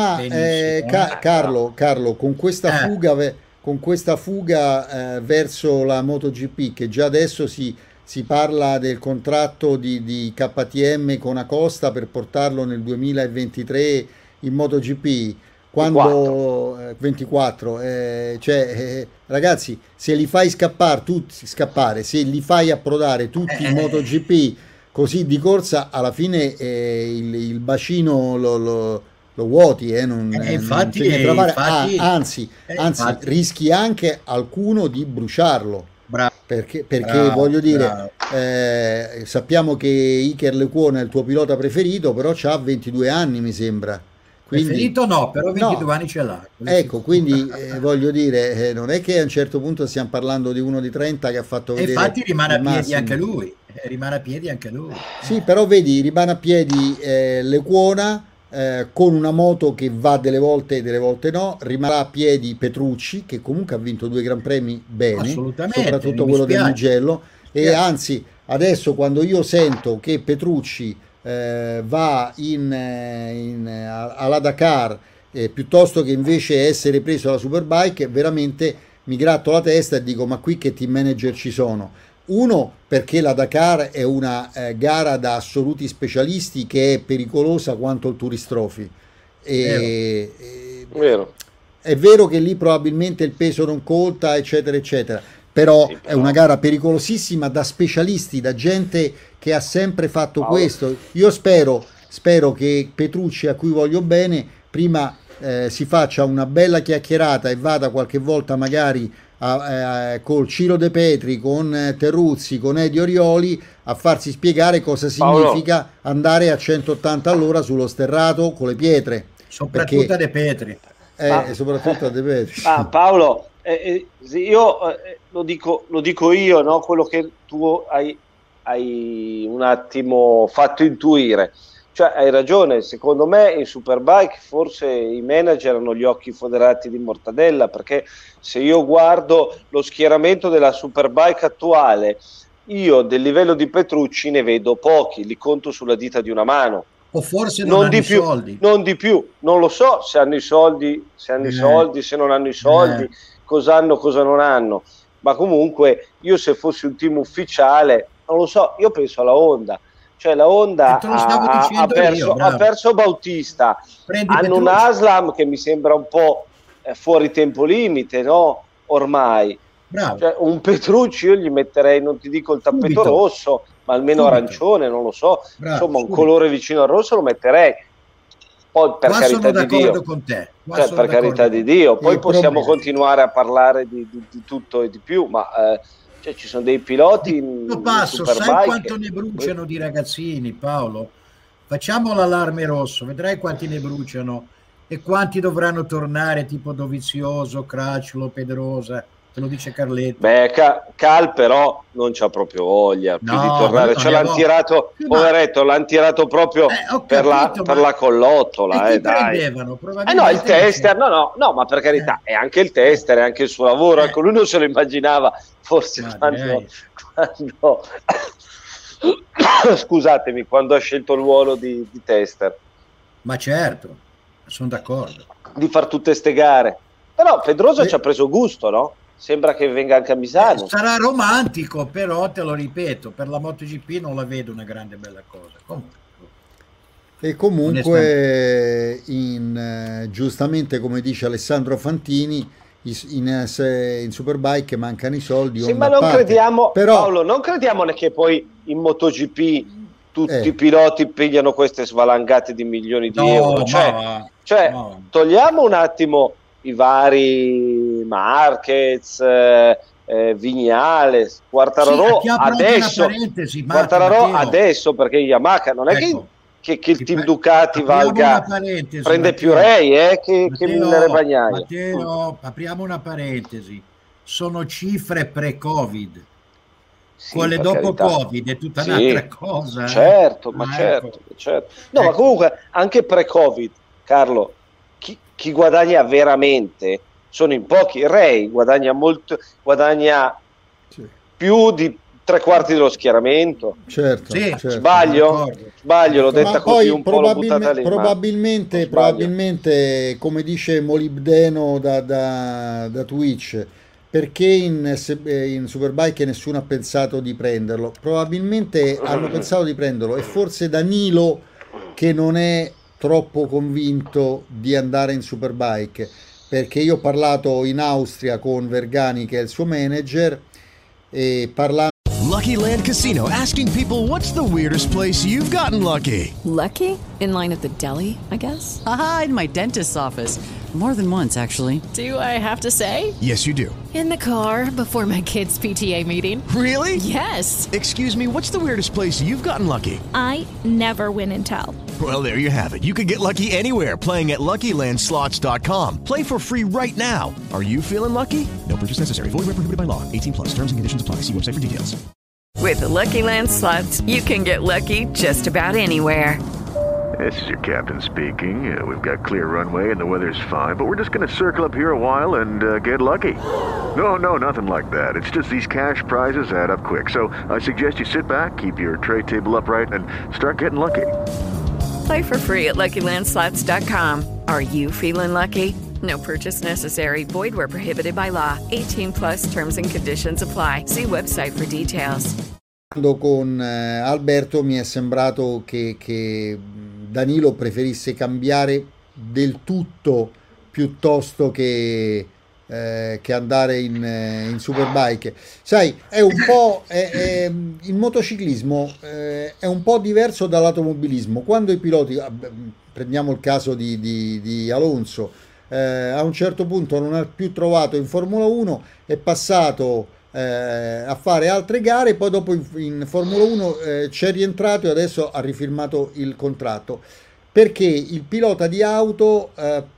Carlo, con questa fuga verso la MotoGP, che già adesso si parla del contratto di KTM con Acosta per portarlo nel 2023 in MotoGP, quando 24, ragazzi, se li fai scappare, se li fai approdare tutti in MotoGP così di corsa, alla fine il bacino lo vuoti, anzi rischi anche alcuno di bruciarlo. Perché voglio dire, sappiamo che Iker Lecuona è il tuo pilota preferito, però c'ha 22 anni, mi sembra. Preferito no, però 22 anni ce l'ha. Ecco, quindi voglio dire, non è che a un certo punto stiamo parlando di uno di 30 che ha fatto vedere. Infatti rimane a piedi anche lui. Sì, però vedi, rimane a piedi Lecuona con una moto che va delle volte no. Rimarrà a piedi Petrucci, che comunque ha vinto 2 Gran Premi bene, soprattutto quello del Mugello. E anzi, adesso quando io sento che Petrucci va alla Dakar piuttosto che invece essere preso alla Superbike, veramente mi gratto la testa e dico: ma qui che team manager ci sono? Uno, perché la Dakar è una gara da assoluti specialisti, che è pericolosa quanto il Tourist Trophy. Vero. È vero che lì probabilmente il peso non conta, eccetera eccetera, però è una gara pericolosissima, da specialisti, da gente che ha sempre fatto questo. Io spero che Petrucci, a cui voglio bene, prima si faccia una bella chiacchierata e vada qualche volta magari col Ciro De Petri, con Terruzzi, con Eddie Orioli, a farsi spiegare cosa significa andare a 180 all'ora sullo sterrato con le pietre, soprattutto a De Petri. Soprattutto a De Petri. Paolo, io lo dico io, no? Quello che tu hai un attimo fatto intuire. Cioè, hai ragione, secondo me in Superbike forse i manager hanno gli occhi foderati di mortadella, perché se io guardo lo schieramento della Superbike attuale, io del livello di Petrucci ne vedo pochi, li conto sulla dita di una mano. O forse non hanno i soldi. Non di più, non lo so se hanno i soldi, se non hanno i soldi, cosa hanno, cosa non hanno. Ma comunque io, se fossi un team ufficiale, non lo so, io penso alla Honda. Cioè la Honda ha perso Bautista, hanno un Aslam che mi sembra un po' fuori tempo limite, no? Ormai. Cioè, un Petrucci io gli metterei, non ti dico il tappeto rosso, ma almeno arancione, non lo so. Insomma, un colore vicino al rosso lo metterei. Poi, per carità di Dio, con te. Per carità di Dio, poi possiamo continuare a parlare di tutto e di più, ma ci sono dei piloti sai quanto ne bruciano di ragazzini, Paolo? Facciamo l'allarme rosso, vedrai quanti ne bruciano e quanti dovranno tornare, tipo Dovizioso, Crutchlow, Pedrosa. Te lo dice Carletto. Beh, Cal però non c'ha proprio voglia più di tornare, cioè l'hanno tirato, poveretto, l'hanno tirato proprio per la collottola, dai. No, il tester, no, ma per carità, è anche il tester, è anche il suo lavoro, ecco, lui non se lo immaginava, forse quando scusatemi, quando ha scelto il ruolo di tester. Ma certo, sono d'accordo. Di far tutte ste gare. Però Pedrosa ci ha preso gusto, no? Sembra che venga anche a Misano. Sarà romantico, però te lo ripeto, per la MotoGP non la vedo una grande bella cosa. E comunque, giustamente come dice Alessandro Fantini, in Superbike mancano i soldi. Sì, ma non crediamo, però, Paolo, non crediamo che poi in MotoGP tutti i piloti pigliano queste svalangate di milioni di euro. Togliamo un attimo i vari Marquez, Vignales, Quartararo adesso, perché Yamaha non è che il team Ducati prende più Rei che Miller e Bagnaia. Matteo, apriamo una parentesi. sono cifre pre-Covid. Sì, Quelle per dopo carità. Covid è tutta Sì, un'altra cosa. certo, ma Ecco. certo. No, ma Ecco. comunque anche pre-Covid, Carlo, chi guadagna veramente sono in pochi. Ray guadagna molto, guadagna Sì. più di 3/4 dello schieramento. Certo, Sì, certo. Sbaglio? Sbaglio, l'ho detta Ma così poi un po', l'ho buttata lì, ma probabilmente, non sbaglio. probabilmente, come dice Molibdeno da Twitch, perché in Superbike nessuno ha pensato di prenderlo? Probabilmente hanno pensato di prenderlo e forse Danilo che non è troppo convinto di andare in Superbike, perché io ho parlato in Austria con Vergani che è il suo manager e parlando Lucky Land Casino, asking people, what's the weirdest place you've gotten lucky? Lucky? In line at the deli, I guess? Aha, in my dentist's office. More than once, actually. Do I have to say? Yes, you do. In the car before my kids' PTA meeting. Really? Yes. Excuse me, what's the weirdest place you've gotten lucky? I never win and tell. Well, there you have it. You can get lucky anywhere, playing at LuckyLandSlots.com. Play for free right now. Are you feeling lucky? No purchase necessary. Void where prohibited by law. 18+. Terms and conditions apply. See website for details. With the Lucky Land Slots, you can get lucky just about anywhere. This is your captain speaking. We've got clear runway and the weather's fine, but we're just going to circle up here a while and get lucky. No, nothing like that. It's just these cash prizes add up quick. So I suggest you sit back, keep your tray table upright, and start getting lucky. Play for free at LuckyLandSlots.com. Are you feeling lucky? No purchase necessary. Void where prohibited by law. 18+ terms and conditions apply. See website for details. Con Alberto mi è sembrato che Danilo preferisse cambiare del tutto piuttosto che andare in Superbike. Sai, è un po' il motociclismo è un po' diverso dall'automobilismo. Quando i piloti, prendiamo il caso di Alonso, a un certo punto non ha più trovato in Formula 1, è passato a fare altre gare, poi dopo in Formula 1 c'è rientrato e adesso ha rifirmato il contratto, perché il pilota di auto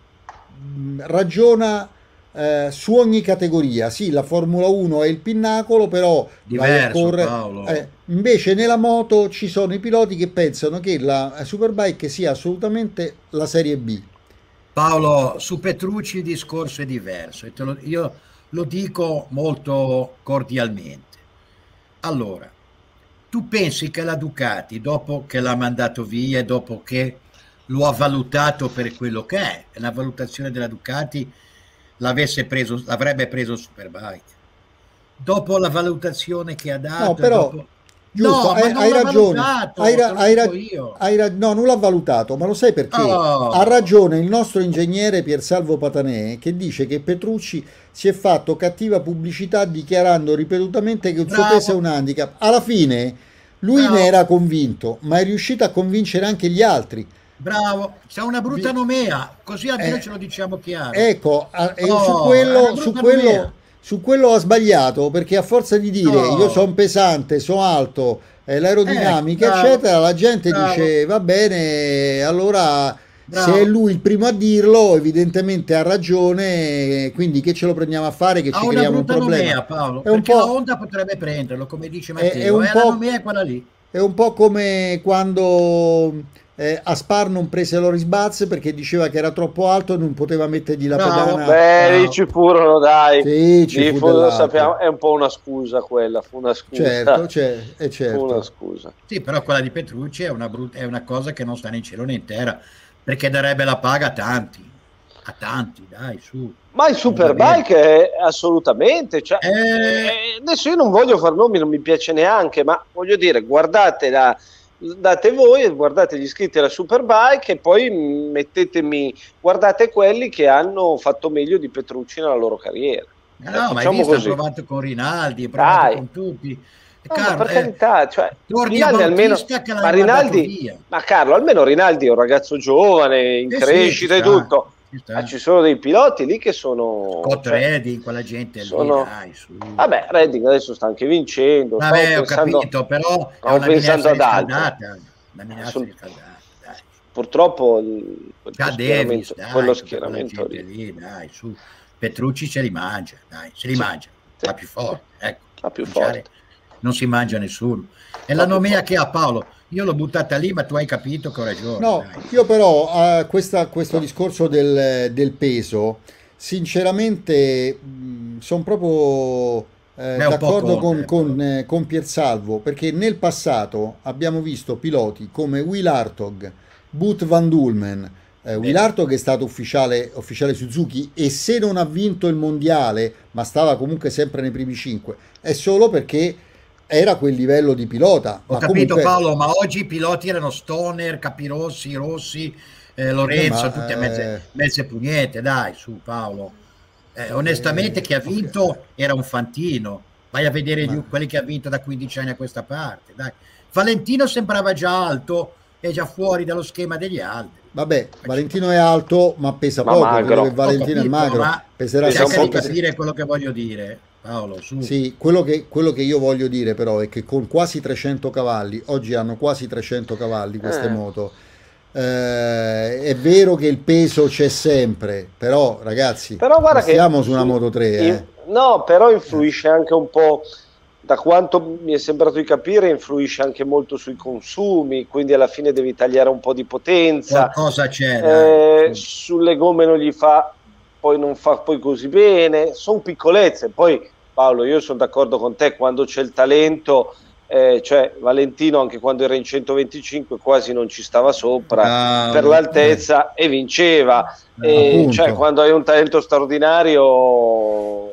ragiona su ogni categoria. Sì, la Formula 1 è il pinnacolo, però diverso, Paolo. Invece nella moto ci sono i piloti che pensano che la Superbike sia assolutamente la serie B. Paolo, su Petrucci il discorso è diverso e io lo dico molto cordialmente. Allora, tu pensi che la Ducati, dopo che l'ha mandato via, dopo che lo ha valutato per quello che è, la valutazione della Ducati l'avrebbe preso Superbike? Dopo la valutazione che ha dato... No, però... Dopo... Giusto, No, hai ragione. No, non l'ha valutato, ma lo sai perché? Oh. Ha ragione il nostro ingegnere Piersalvo Patanè, che dice che Petrucci si è fatto cattiva pubblicità dichiarando ripetutamente che il suo peso è un handicap. Alla fine lui ne era convinto, ma è riuscito a convincere anche gli altri. Bravo, c'è una brutta nomea, così almeno ce lo diciamo chiaro. Ecco, su quello ha sbagliato, perché a forza di dire io sono pesante, sono alto, l'aerodinamica eccetera, la gente dice va bene, allora se è lui il primo a dirlo evidentemente ha ragione, quindi che ce lo prendiamo a fare, che ci creiamo un problema. Nomea, Paolo, perché la Honda potrebbe prenderlo, come dice Matteo, la nomea è quella lì. È un po' come quando Aspar non prese Loris Baz perché diceva che era troppo alto e non poteva mettergli la pedana. Beh, ci furono, dai. Sì, lo sappiamo, è un po' una scusa quella, fu una scusa. Certo. Fu una scusa. Sì, però quella di Petrucci è una cosa che non sta né in cielo né in terra, perché darebbe la paga a tanti, dai, su. Ma il Superbike è assolutamente, cioè, adesso io non voglio far nomi, non mi piace neanche, ma voglio dire, date voi e guardate gli iscritti alla Superbike e poi guardate quelli che hanno fatto meglio di Petrucci nella loro carriera. No, ma hai visto, ha provato con Rinaldi, ha provato con tutti. Ma per carità, cioè, Rinaldi almeno, ma Carlo, almeno Rinaldi è un ragazzo giovane, in crescita e tutto. Ma ci sono dei piloti lì che sono Redding, quella gente lì, dai, su. Vabbè, Redding adesso sta anche vincendo. Vabbè, ho capito, però è una pensando ad altro. Una minaccia riscaldata, dai. Purtroppo quello schieramento lì, dai, su. Petrucci se li mangia, dai, se li mangia. la più forte, ecco. La più forte. Non si mangia nessuno. È la nomea che ha Paolo. Io l'ho buttata lì, ma tu hai capito che ho ragione. No, dai. io però questo discorso del peso, sinceramente sono proprio d'accordo con Piersalvo, perché nel passato abbiamo visto piloti come Will Hartog, Bout Van Dulmen. Will Hartog è stato ufficiale Suzuki, e se non ha vinto il mondiale, ma stava comunque sempre nei primi 5, è solo perché era quel livello di pilota. Ho capito, comunque... Paolo, ma oggi i piloti erano Stoner, Capirossi, Rossi, Lorenzo, tutte mezze pugnette, dai, su Paolo. Onestamente chi ha vinto era un fantino. Vai a vedere quelli che ha vinto da 15 anni a questa parte, dai. Valentino sembrava già alto, è già fuori dallo schema degli altri. Vabbè, Valentino è alto, ma pesa poco, magro. Perché Valentino è magro, peserà cerca di capire quello che voglio dire, Paolo, su. Sì, quello che io voglio dire però è che con quasi 300 cavalli, oggi hanno quasi 300 cavalli queste moto, è vero che il peso c'è sempre, però ragazzi, stiamo su una Moto 3. No, però influisce anche un po'. Da quanto mi è sembrato di capire, influisce anche molto sui consumi, quindi alla fine devi tagliare un po' di potenza. Qualcosa c'è. Sulle gomme non fa poi così bene, sono piccolezze. Poi Paolo, io sono d'accordo con te, quando c'è il talento, cioè Valentino anche quando era in 125 quasi non ci stava sopra per l'altezza e vinceva. Cioè quando hai un talento straordinario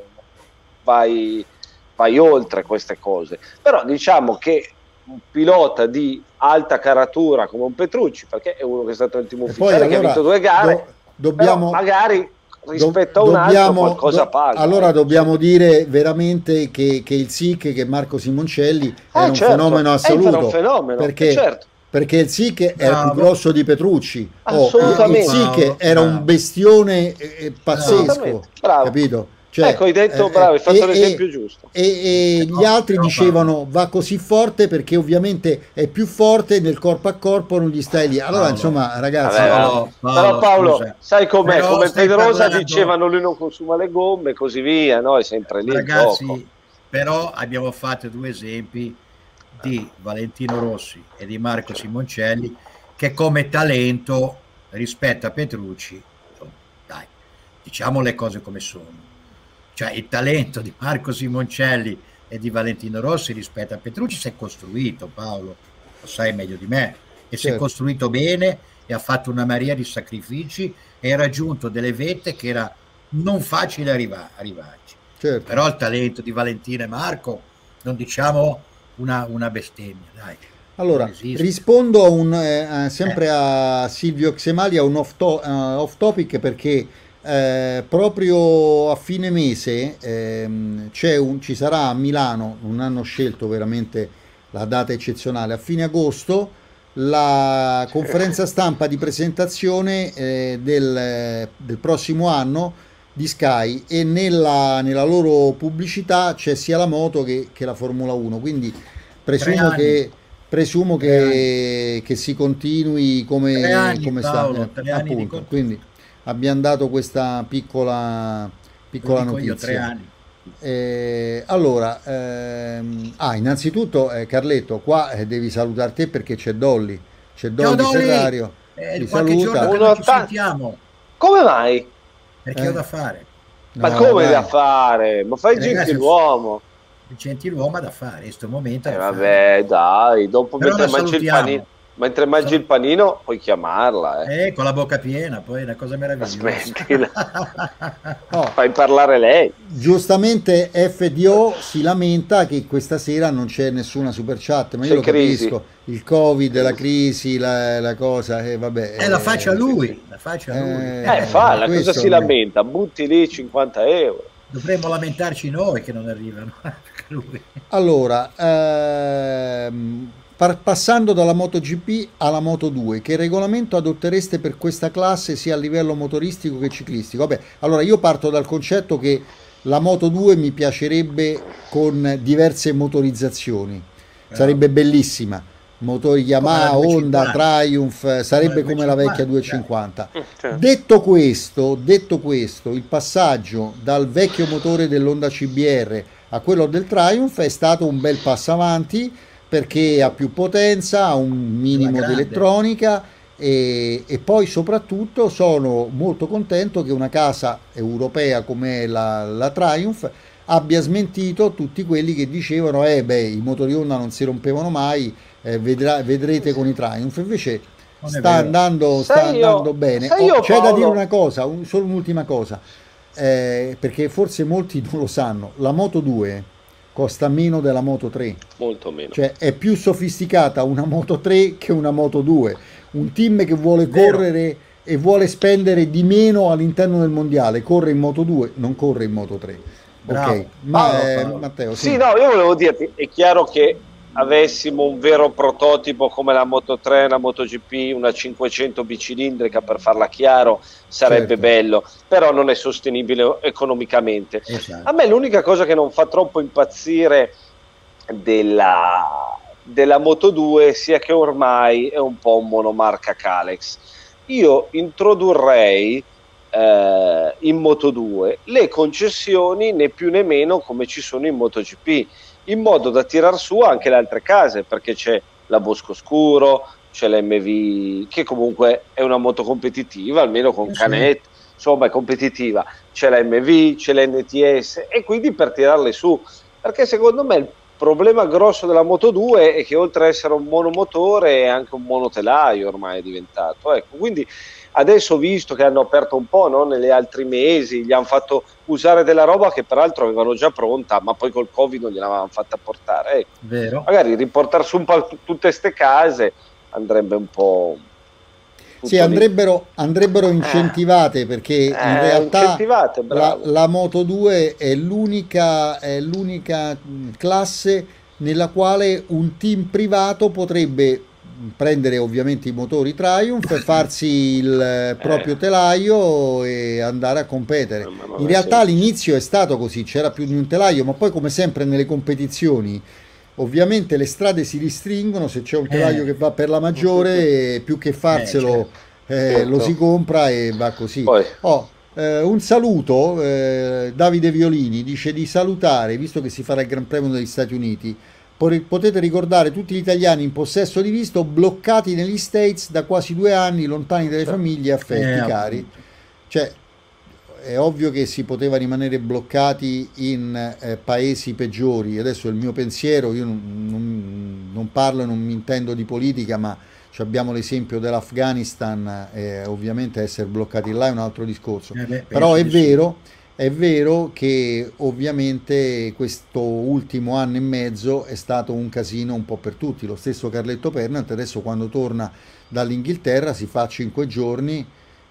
vai oltre queste cose, però diciamo che un pilota di alta caratura come un Petrucci, perché è uno che è stato il team ufficiale, che ha vinto 2 gare, dobbiamo magari rispetto a un altro qualcosa paga. Allora dobbiamo dire veramente che il SIC, che Marco Simoncelli è un fenomeno assoluto, un fenomeno, perché il SIC era più grosso di Petrucci, assolutamente. Il SIC era un bestione pazzesco, capito? Cioè, ecco, hai detto bravo, hai fatto l'esempio giusto. E gli altri dicevano va così forte perché ovviamente è più forte nel corpo a corpo, non gli stai lì. Allora, insomma, ragazzi. Però Paolo, sai com'è? Come Pedrosa dicevano lui non consuma le gomme e così via, no? È sempre lì. Ragazzi, però abbiamo fatto 2 esempi di Valentino Rossi e di Marco Simoncelli che come talento rispetto a Petrucci, dai, diciamo le cose come sono. Cioè il talento di Marco Simoncelli e di Valentino Rossi rispetto a Petrucci si è costruito, Paolo, lo sai meglio di me, e si è costruito bene e ha fatto una marea di sacrifici e ha raggiunto delle vette che era non facile arrivarci. Però il talento di Valentino e Marco, non diciamo una bestemmia, dai. Allora, rispondo sempre a Silvio Xemali, a un off topic, perché proprio a fine mese ci sarà a Milano, non hanno scelto veramente la data eccezionale, a fine agosto la conferenza stampa di presentazione del prossimo anno di Sky, e nella loro pubblicità c'è sia la moto che la Formula 1, quindi presumo che si continui come sta, appunto, quindi abbiamo dato questa piccola notizia. Allora, innanzitutto Carletto, qua devi salutare te perché c'è Dolly Ferrario, ti saluta. Ci sentiamo. Come mai? Perché ho da fare. Ma come da fare? Ma fai il gentiluomo. Il gentiluomo ha da fare in questo momento. Vabbè, dai, dopo mentre mangi il panino puoi chiamarla. Con la bocca piena, poi è una cosa meravigliosa. Fai parlare lei. Giustamente FDO si lamenta che questa sera non c'è nessuna super chat, ma io lo capisco, il Covid, la crisi, la cosa, vabbè. La faccia a lui, cosa si lamenta? Butti lì 50 euro. Dovremmo lamentarci noi che non arrivano. Allora, passando dalla MotoGP alla Moto 2, che regolamento adottereste per questa classe sia a livello motoristico che ciclistico? Vabbè, allora io parto dal concetto che la Moto 2 mi piacerebbe con diverse motorizzazioni, sarebbe bellissima, motori Yamaha, Honda, Triumph, sarebbe come la vecchia 250. Detto questo, il passaggio dal vecchio motore dell'Honda CBR a quello del Triumph è stato un bel passo avanti, perché ha più potenza, ha un minimo di elettronica e poi soprattutto sono molto contento che una casa europea come la Triumph abbia smentito tutti quelli che dicevano i motori Honda non si rompevano mai, vedrete con i Triumph. Invece sta andando bene. C'è da dire una cosa, solo un'ultima cosa, perché forse molti non lo sanno: la Moto 2 costa meno della Moto 3, molto meno, cioè è più sofisticata una Moto 3 che una Moto 2. Un team che vuole correre e vuole spendere di meno all'interno del mondiale corre in Moto 2, non corre in Moto 3. Ok, Matteo. Sì, no, io volevo dirti, è chiaro che avessimo un vero prototipo come la Moto 3, la MotoGP, una 500 bicilindrica, per farla chiaro, sarebbe bello, però non è sostenibile economicamente. A me l'unica cosa che non fa troppo impazzire della Moto 2 sia che ormai è un po' un monomarca Kalex. Io introdurrei in Moto 2 le concessioni né più né meno come ci sono in MotoGP, in modo da tirar su anche le altre case, perché c'è la Boscoscuro, c'è l'MV, che comunque è una moto competitiva, almeno con Canet, insomma è competitiva, c'è la MV, c'è l'NTS, e quindi per tirarle su, perché secondo me il problema grosso della Moto 2 è che oltre a essere un monomotore è anche un monotelaio ormai è diventato, ecco, quindi adesso ho visto che hanno aperto un po', no? Negli altri mesi gli hanno fatto usare della roba che peraltro avevano già pronta, ma poi col Covid non gliel'avevano fatta portare. Ecco. Vero. Magari riportare su un po' tutte ste case andrebbe un po'... Sì, andrebbero incentivate, perché in realtà la Moto 2 è l'unica classe nella quale un team privato potrebbe prendere ovviamente i motori Triumph, farsi il proprio telaio e andare a competere. In realtà all'inizio è stato così, c'era più di un telaio, ma poi come sempre nelle competizioni ovviamente le strade si ristringono, se c'è un telaio che va per la maggiore, più che farselo lo si compra e va così. Un saluto, Davide Violini dice di salutare, visto che si farà il Gran Premio degli Stati Uniti, potete ricordare tutti gli italiani in possesso di visto bloccati negli States da quasi 2 anni, lontani dalle famiglie e affetti cari. Cioè è ovvio che si poteva rimanere bloccati in paesi peggiori. Adesso il mio pensiero, io non parlo e non mi intendo di politica, ma abbiamo l'esempio dell'Afghanistan, ovviamente essere bloccati là è un altro discorso. Però è vero che ovviamente questo ultimo anno e mezzo è stato un casino un po' per tutti. Lo stesso Carletto Pernant adesso quando torna dall'Inghilterra si fa 5 giorni.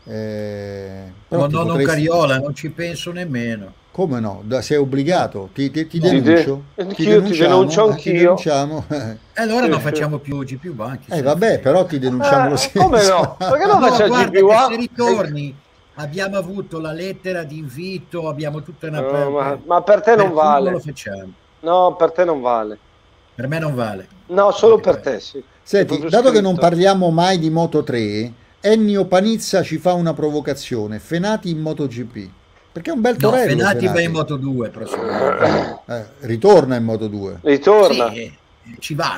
Però non Cariola, non ci penso nemmeno. Come no? Sei obbligato, ti denuncio. Ti denuncio anch'io. Allora non facciamo più GP Banchi. Vabbè, però ti denunciamo lo stesso. Come no? Perché non facciamo GP Banchi? Se ritorni abbiamo avuto la lettera di invito, abbiamo tutta una... ma per te non vale. Lo facciamo. No, per te non vale. Per me non vale. No, solo per te, sì. Senti, dato che non parliamo mai di Moto 3, Ennio Panizza ci fa una provocazione: Fenati in MotoGP, perché è un bel torello. Fenati va in Moto 2 ritorna in Moto 2, ritorna, ci va.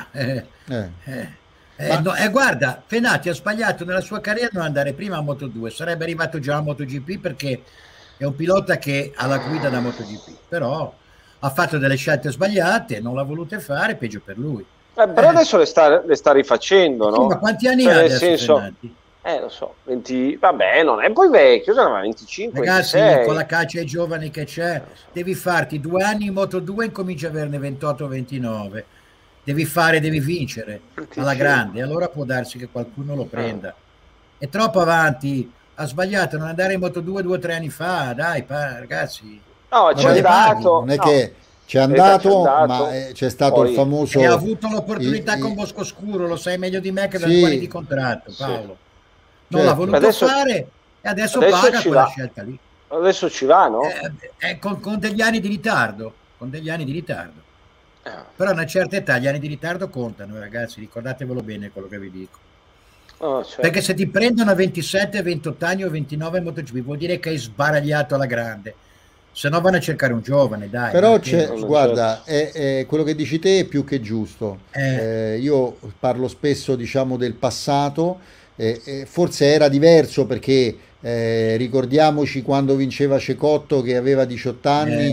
Guarda, Fenati ha sbagliato nella sua carriera non andare prima a Moto 2, sarebbe arrivato già a MotoGP perché è un pilota che ha la guida da MotoGP, però ha fatto delle scelte sbagliate, non l'ha volute fare, peggio per lui. Però adesso le sta rifacendo, no? Ma quanti anni ha adesso Fenati? Lo so, 20, vabbè, non è poi vecchio, ma 25, ragazzi, 26. Con la caccia ai giovani che c'è, devi farti 2 anni in Moto 2 e cominci a averne 28-29, devi vincere alla grande, allora può darsi che qualcuno lo prenda. È troppo avanti, ha sbagliato a non andare in Moto 2 o 3 anni fa, dai ragazzi. No, c'è andato, non è che c'è andato, ma c'è stato poi il famoso... E ha avuto l'opportunità con Boscoscuro, lo sai meglio di me che da 2 anni di contratto, Paolo. Non l'ha voluto fare e adesso paga quella scelta lì. Adesso ci va, no? Con degli anni di ritardo. Però a una certa età gli anni di ritardo contano, ragazzi, ricordatevelo bene quello che vi dico. Certo. Perché se ti prendono a 27, 28 anni o 29 in MotoGP vuol dire che hai sbaragliato alla grande, se no vanno a cercare un giovane, dai. Però guarda, quello che dici te è più che giusto. Io parlo spesso, diciamo, del passato, forse era diverso perché ricordiamoci quando vinceva Cecotto che aveva 18 anni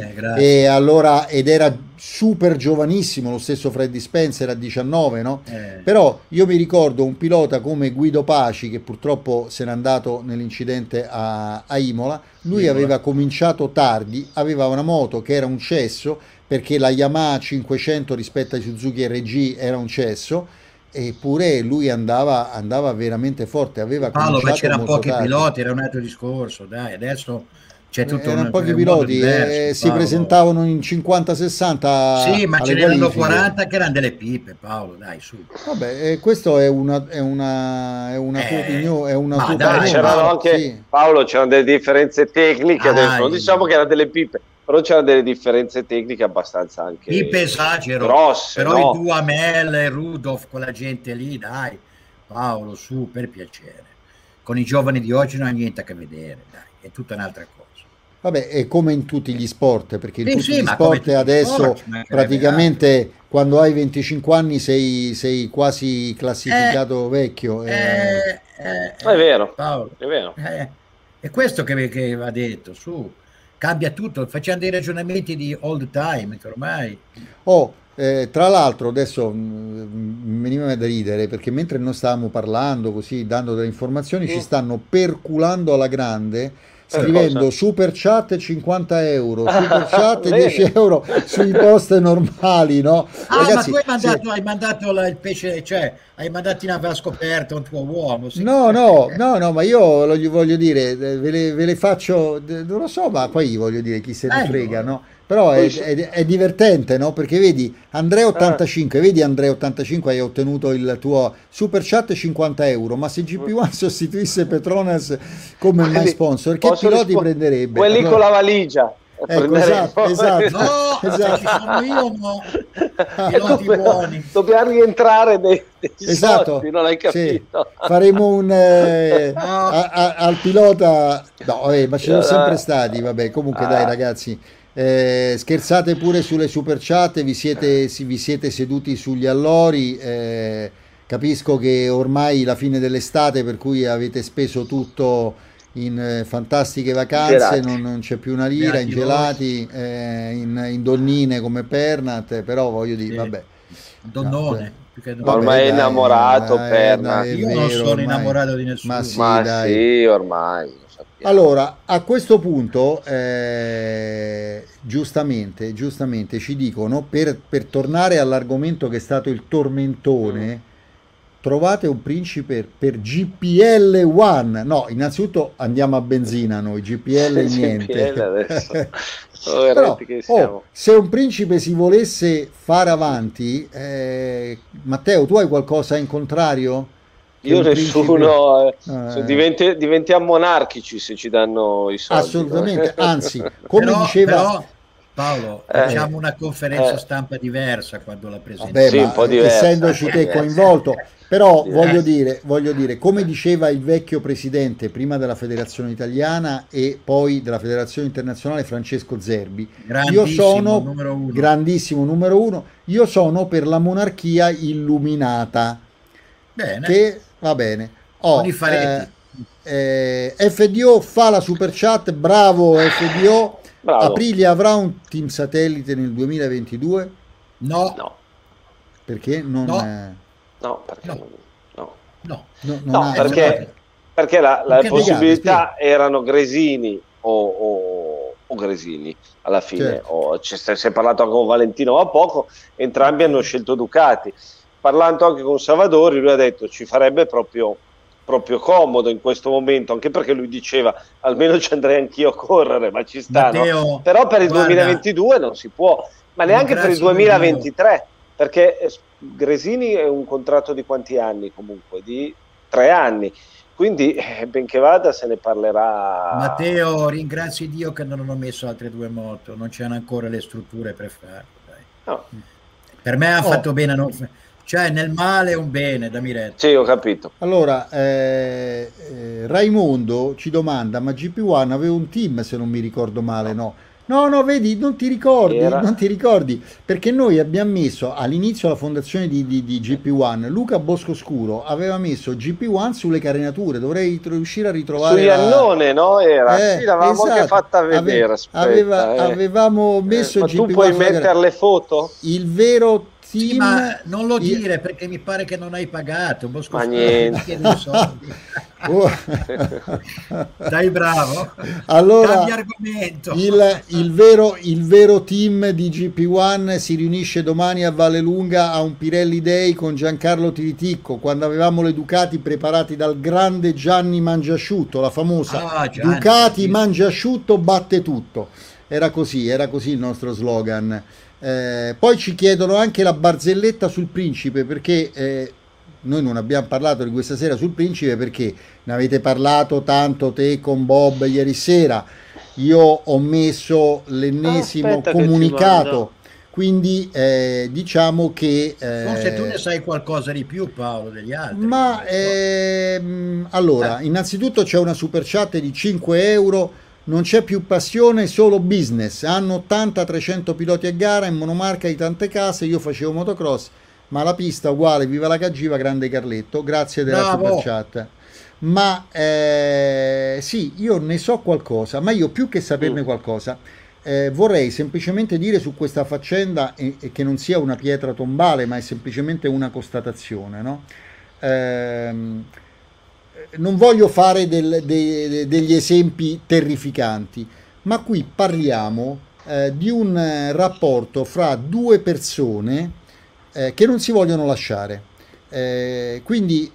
ed era super giovanissimo, lo stesso Freddy Spencer a 19, no? Però io mi ricordo un pilota come Guido Paci, che purtroppo se n'è andato nell'incidente a Imola. Lui aveva cominciato tardi, aveva una moto che era un cesso, perché la Yamaha 500 rispetto ai Suzuki RG era un cesso, eppure lui andava veramente forte, aveva cominciato ma c'erano pochi tardi. Piloti, era un altro discorso, dai, adesso c'è tutto erano pochi piloti, si presentavano in 50-60. Sì, ma ce n'erano 40 che erano delle pipe, Paolo, dai, su. Vabbè, questo è una tua opinione, è una tua opinione. C'erano anche, Paolo, c'erano delle differenze tecniche, adesso non diciamo che erano delle pipe, però c'erano delle differenze tecniche abbastanza anche pipe esagero, grosse, però no? i Duhamel e Rudolph, quella gente lì, dai, Paolo, su, per piacere. Con i giovani di oggi non ha niente a che vedere, dai, è tutta un'altra cosa. Vabbè, è come in tutti gli sport, perché in tutti gli sport adesso praticamente quando hai 25 anni sei quasi classificato vecchio. È vero, Paolo. È vero. È questo che va detto, su. Cambia tutto, facciamo dei ragionamenti di old time, che ormai... Tra l'altro adesso mi veniva da ridere, perché mentre noi stavamo parlando così, dando delle informazioni, ci stanno perculando alla grande, scrivendo super chat 50 euro, super chat 10 euro sui post normali, no? Ragazzi, ma tu hai mandato il pesce, cioè hai mandato in aver scoperto un tuo uomo. No, ma io voglio dire, ve le faccio, non lo so, ma poi voglio dire, chi se ne frega, no? Però è divertente, no? Perché vedi Andrea85, hai ottenuto il tuo super chat 50 euro, ma se GP1 sostituisse Petronas come my sponsor, che piloti prenderebbe? Quelli con la valigia. Ecco, esatto. No, esatto. Ci sono io, no. Piloti buoni. Dobbiamo rientrare dei esatto. soldi, non hai capito? Sì. Faremo un al pilota, no, ma ci sono sempre stati, vabbè, comunque dai ragazzi. Scherzate pure sulle super chat, vi siete seduti sugli allori, capisco che ormai la fine dell'estate, per cui avete speso tutto in fantastiche vacanze, non c'è più una lira, in gelati, in donnine come Pernat, però voglio dire, vabbè, donnone, ormai è innamorato Pernat. Io non sono innamorato di nessuno, ma sì, ormai. Allora, a questo punto, giustamente ci dicono, per tornare all'argomento che è stato il tormentone, trovate un principe per GPL One. No, innanzitutto andiamo a benzina noi, GPL niente. Però, se un principe si volesse fare avanti, Matteo, tu hai qualcosa in contrario? Io nessuno, diventiamo monarchici se ci danno i soldi. Assolutamente, anzi, come diceva... Però, Paolo, facciamo una conferenza stampa diversa quando la presentiamo. Vabbè, sì, un po' diversa, essendoci te coinvolto, però voglio dire, come diceva il vecchio presidente prima della Federazione Italiana e poi della Federazione Internazionale, Francesco Zerbi, grandissimo numero uno, io sono per la monarchia illuminata. Bene. Che va bene. FDO fa la super chat, bravo FDO. Bravo. Aprilia avrà un team satellite nel 2022? No. Perché non perché le possibilità erano Gresini o Gresini alla fine, certo. Si è parlato anche con Valentino a poco, entrambi hanno scelto Ducati. Parlando anche con Savadori, lui ha detto ci farebbe proprio comodo in questo momento, anche perché lui diceva almeno ci andrei anch'io a correre, ma ci stanno. Matteo, però per il 2022 non si può, ma neanche per il 2023, perché Gresini è un contratto di quanti anni comunque? Di 3 anni, quindi benché vada se ne parlerà. Matteo, ringrazi Dio che non hanno messo altre 2 moto, non c'erano ancora le strutture per farlo, dai. No. Per me ha fatto bene, cioè nel male è un bene, da Miretto. Sì, ho capito. Allora, Raimondo ci domanda, ma GP1 aveva un team, se non mi ricordo male, no? No, vedi, non ti ricordi, perché noi abbiamo messo all'inizio la fondazione di GP1, Luca Boscoscuro aveva messo GP1 sulle carenature, dovrei riuscire a ritrovare sugli Annone, no? Sì, l'avevamo anche fatta vedere, avevamo messo ma GP1 tu puoi mettere le foto? Il vero team, sì, ma non lo dire perché mi pare che non hai pagato, ma niente. Dai, bravo. Allora, cambia argomento. Il vero team di GP1 si riunisce domani a Vallelunga a un Pirelli Day con Giancarlo Tiriticco, quando avevamo le Ducati preparati dal grande Gianni Mangiasciutto, la famosa Ducati Mangiasciutto batte tutto. Era così il nostro slogan. Poi ci chiedono anche la barzelletta sul Principe, perché noi non abbiamo parlato di questa sera sul Principe, perché ne avete parlato tanto te con Bob ieri sera. Io ho messo l'ennesimo comunicato, quindi diciamo che forse tu ne sai qualcosa di più, Paolo, degli altri. Ma allora, innanzitutto c'è una super chat di 5 euro. Non c'è più passione, solo business. Hanno 80-300 piloti a gara in monomarca di tante case. Io facevo motocross, ma la pista uguale, viva la Cagiva, grande Carletto. Grazie della super chat. Ma sì, io ne so qualcosa, ma io più che saperne qualcosa vorrei semplicemente dire su questa faccenda, e che non sia una pietra tombale, ma è semplicemente una constatazione, no? Non voglio fare degli esempi terrificanti, ma qui parliamo di un rapporto fra due persone che non si vogliono lasciare. Quindi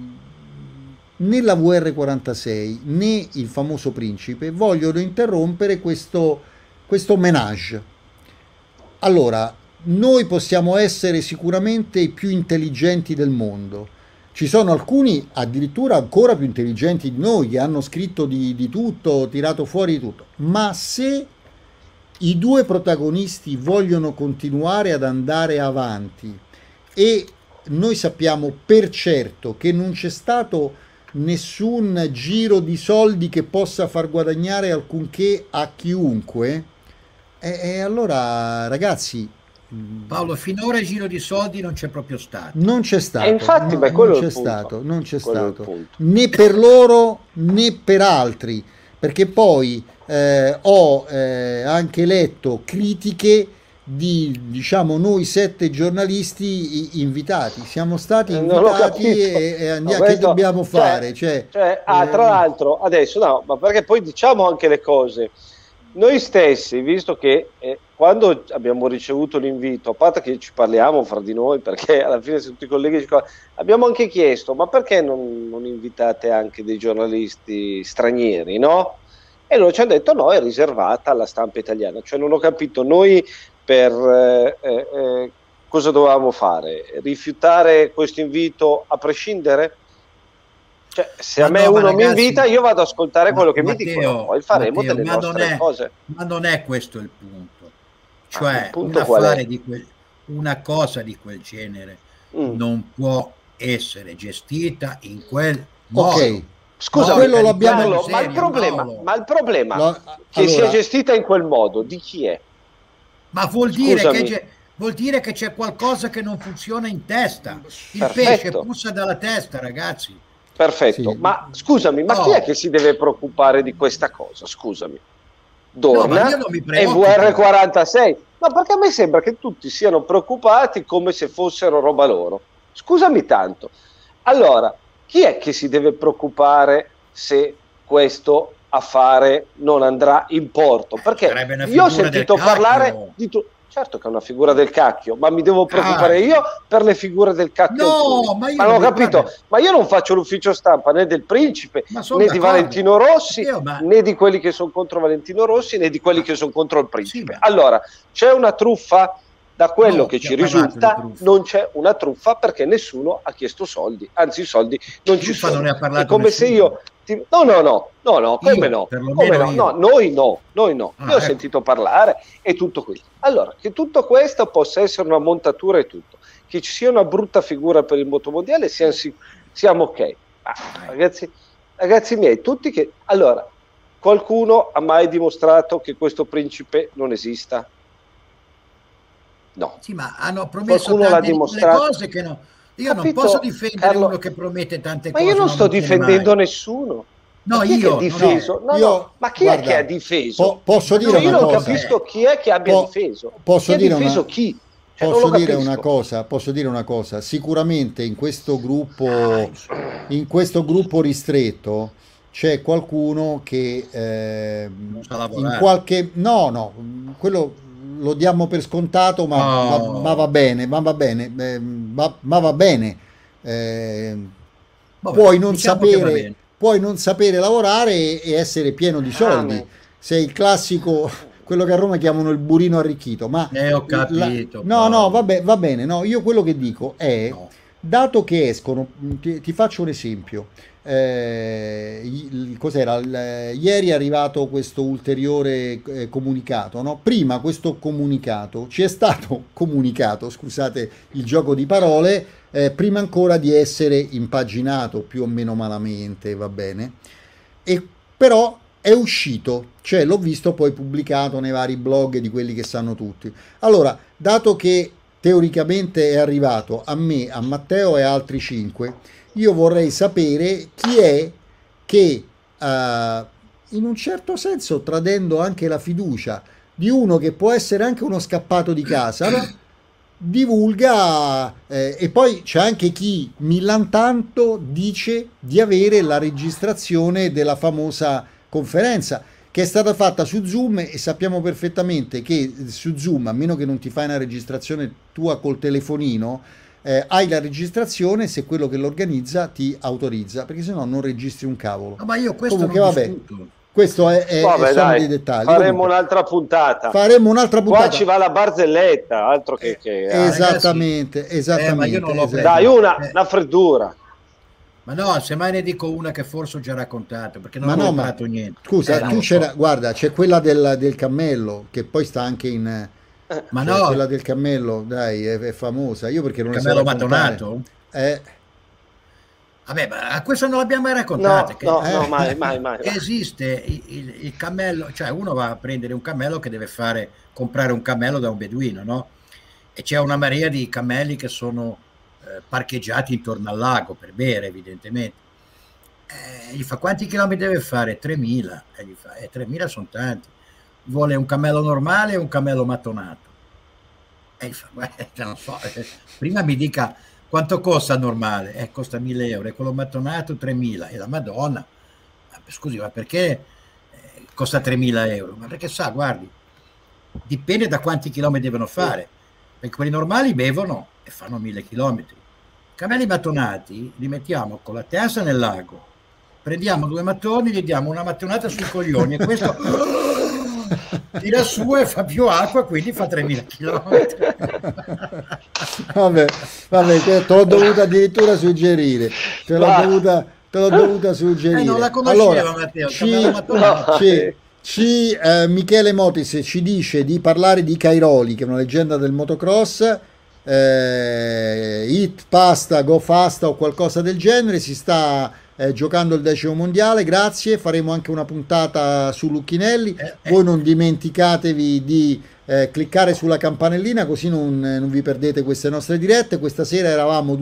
né la VR46 né il famoso Principe vogliono interrompere questo ménage. Allora, noi possiamo essere sicuramente i più intelligenti del mondo. Ci sono alcuni addirittura ancora più intelligenti di noi, che hanno scritto di tutto, tirato fuori di tutto. Ma se i due protagonisti vogliono continuare ad andare avanti, e noi sappiamo per certo che non c'è stato nessun giro di soldi che possa far guadagnare alcunché a chiunque, allora ragazzi, Paolo, finora il giro di soldi non c'è proprio stato. Non c'è stato. Infatti, non c'è stato né per loro né per altri, perché poi ho anche letto critiche di, diciamo, noi 7 giornalisti invitati. Siamo stati invitati e andiamo, che dobbiamo fare? Tra l'altro adesso no, ma perché poi diciamo anche le cose. Noi stessi, visto che quando abbiamo ricevuto l'invito, a parte che ci parliamo fra di noi, perché alla fine tutti i colleghi abbiamo anche chiesto, ma perché non invitate anche dei giornalisti stranieri, no? E loro ci hanno detto no, è riservata alla stampa italiana. Cioè non ho capito noi per cosa dovevamo fare? Rifiutare questo invito a prescindere? Cioè, se a me uno mi invita, io vado ad ascoltare quello che mi dicono, poi faremo delle nostre cose. Ma non è questo il punto. Cioè, una cosa di quel genere non può essere gestita in quel modo. Ok, scusa, quello l'abbiamo. Ma il problema che sia gestita in quel modo, di chi è? Ma vuol dire che c'è qualcosa che non funziona in testa. Il pesce puzza dalla testa, ragazzi. Perfetto, sì. Ma scusami, ma chi è che si deve preoccupare di questa cosa? Scusami. Dorna e VR46. Ma perché a me sembra che tutti siano preoccupati come se fossero roba loro. Scusami tanto. Allora, chi è che si deve preoccupare se questo affare non andrà in porto? Perché io ho sentito parlare di tutto. Certo che è una figura del cacchio, ma mi devo preoccupare io per le figure del cacchio? No, ma io non ho capito. Ma io non faccio l'ufficio stampa né del Principe, né di Valentino Rossi, né di quelli che sono contro Valentino Rossi, né di quelli che sono contro il Principe. Allora, c'è una truffa? Da quello che ci risulta non c'è una truffa, perché nessuno ha chiesto soldi, anzi i soldi non ci sono. È come se io No, come no? No, noi no. Io ho sentito parlare e tutto qui. Allora, che tutto questo possa essere una montatura e tutto, che ci sia una brutta figura per il motomondiale, siamo ok. Ragazzi miei, tutti che... Allora, qualcuno ha mai dimostrato che questo principe non esista? No. Sì, ma hanno promesso tante cose che no. Io non posso difendere Carlo, uno che promette tante cose. Ma io non sto difendendo nessuno. No, io. Difeso? No, ma chi è che ha difeso? Posso dire una cosa? Io non capisco chi è che abbia difeso. Posso dire chi? Posso dire una cosa? Sicuramente in questo gruppo ristretto c'è qualcuno che in qualche quello lo diamo per scontato, ma va bene. Puoi non sapere lavorare e essere pieno di soldi. Sei il classico, quello che a Roma chiamano il burino arricchito. Ma ho capito. Va bene. No, io quello che dico è, dato che escono, ti faccio un esempio. Cos'era? Ieri è arrivato questo ulteriore comunicato, no? Prima questo comunicato ci è stato comunicato, scusate il gioco di parole, prima ancora di essere impaginato più o meno malamente, va bene, e però è uscito, cioè l'ho visto poi pubblicato nei vari blog di quelli che sanno tutti. Allora, dato che teoricamente è arrivato a me, a Matteo e a altri 5, io vorrei sapere chi è che, in un certo senso, tradendo anche la fiducia di uno che può essere anche uno scappato di casa, no? Divulga, e poi c'è anche chi millantanto dice di avere la registrazione della famosa conferenza che è stata fatta su Zoom, e sappiamo perfettamente che su Zoom, a meno che non ti fai una registrazione tua col telefonino, hai la registrazione se quello che l'organizza ti autorizza, perché sennò non registri un cavolo. Ma io questo comunque non vabbè, questo sono dei dettagli. Faremo un'altra puntata. Qua ci va la barzelletta, altro che esattamente. Ma io non l'ho preso. Dai, una freddura. Ma no, semmai ne dico una che forse ho già raccontato, perché non ho imparato niente. Scusa, guarda, c'è quella del cammello, che poi sta anche in... Ma no, quella del cammello, dai, è famosa. Io perché non cammello mattonato? Vabbè, ma questo non l'abbiamo mai raccontato. No, mai. Esiste il cammello, cioè uno va a prendere un cammello che deve comprare un cammello da un beduino, no? E c'è una marea di cammelli che sono parcheggiati intorno al lago per bere, evidentemente. Gli fa: quanti chilometri deve fare? 3.000. E gli fa: 3.000 sono tanti. Vuole un cammello normale o un cammello mattonato? E gli fa: non so, prima mi dica quanto costa il normale. Costa 1.000 euro, e quello mattonato 3.000. E la Madonna, scusi, ma perché costa 3.000 euro? Ma perché guardi, dipende da quanti chilometri devono fare, perché quelli normali bevono e fanno 1.000 chilometri. I cammelli mattonati li mettiamo con la testa nel lago, prendiamo 2 mattoni, gli diamo una mattonata sui coglioni, e questo tira su e fa più acqua, quindi fa 3.000 chilometri. Vabbè, te l'ho dovuta addirittura suggerire, te l'ho dovuta suggerire. Non la conosceva, Matteo. Michele Motis ci dice di parlare di Cairoli, che è una leggenda del motocross. Hit Pasta, Go Fasta o qualcosa del genere. Si sta giocando il 10° mondiale. Grazie, faremo anche una puntata su Lucchinelli. Voi non dimenticatevi di cliccare sulla campanellina, così non vi perdete queste nostre dirette. Questa sera eravamo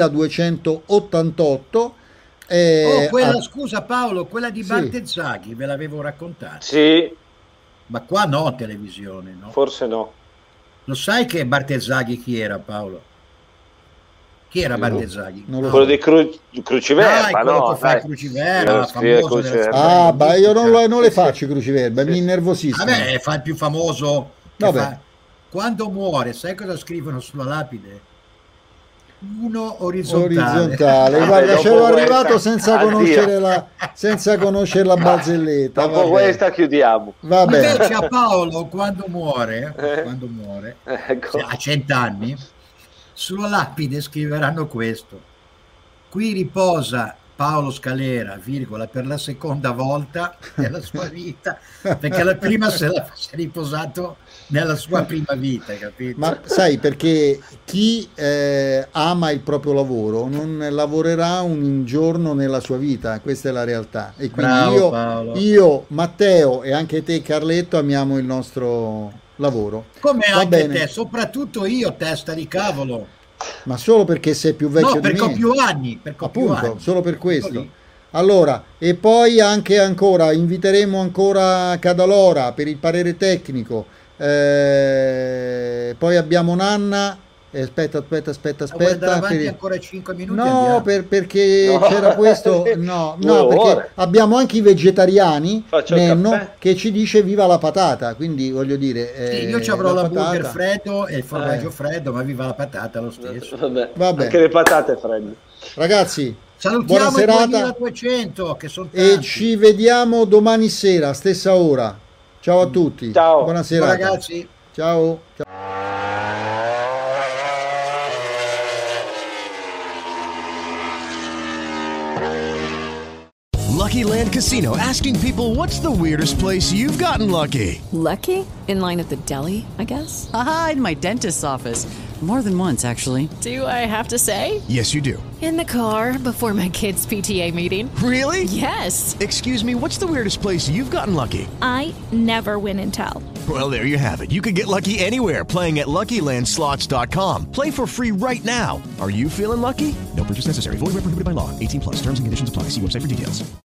2288. Scusa Paolo, quella di Bartezzaghi ve l'avevo raccontata. Sì. Ma qua no, televisione, no? Forse no. Lo sai che Bartezzaghi chi era, Paolo? Chi era Bartezzaghi? Quello di Cruciverba, no? Che fa Cruciverba, famoso della... io non le faccio Cruciverba, mi innervosisco. Vabbè, fa il più famoso. Quando muore, sai cosa scrivono sulla lapide? Uno orizzontale. Guarda, c'ero arrivato senza conoscere la barzelletta. Dopo questa chiudiamo. Invece a Paolo quando muore ecco, a 100 anni, sulla lapide scriveranno questo: qui riposa Paolo Scalera, virgola, per la seconda volta nella sua vita, perché la prima si è riposato nella sua prima vita, capito? Ma sai, perché chi ama il proprio lavoro non lavorerà un giorno nella sua vita, questa è la realtà. E quindi io, Matteo e anche te Carletto amiamo il nostro lavoro. Come anche te, soprattutto io, testa di cavolo. Ma solo perché sei più vecchio di me. Perché ho più anni. Appunto, solo per questo. Allora, e poi ancora, inviteremo ancora Cadalora per il parere tecnico. Poi abbiamo Nanna. Aspetta. Avanti ancora 5 minuti. No, perché c'era questo. No, perché abbiamo anche i vegetariani che ci dice viva la patata. Quindi voglio dire. Io ci avrò l'hamburger freddo e il formaggio freddo, ma viva la patata lo stesso. Vabbè. Anche le patate fredde. Ragazzi, salutiamo buona serata. I 2200 che sono tanti. E ci vediamo domani sera, stessa ora. Ciao a tutti. Ciao. Buona serata. Ciao ragazzi. Ciao. Lucky Land Casino, asking people, what's the weirdest place you've gotten lucky? Lucky? In line at the deli, I guess? Aha, in my dentist's office. More than once, actually. Do I have to say? Yes, you do. In the car before my kids' PTA meeting. Really? Yes. Excuse me, what's the weirdest place you've gotten lucky? I never win and tell. Well, there you have it. You can get lucky anywhere, playing at LuckyLandSlots.com. Play for free right now. Are you feeling lucky? No purchase necessary. Void where prohibited by law. 18+. Terms and conditions apply. See website for details.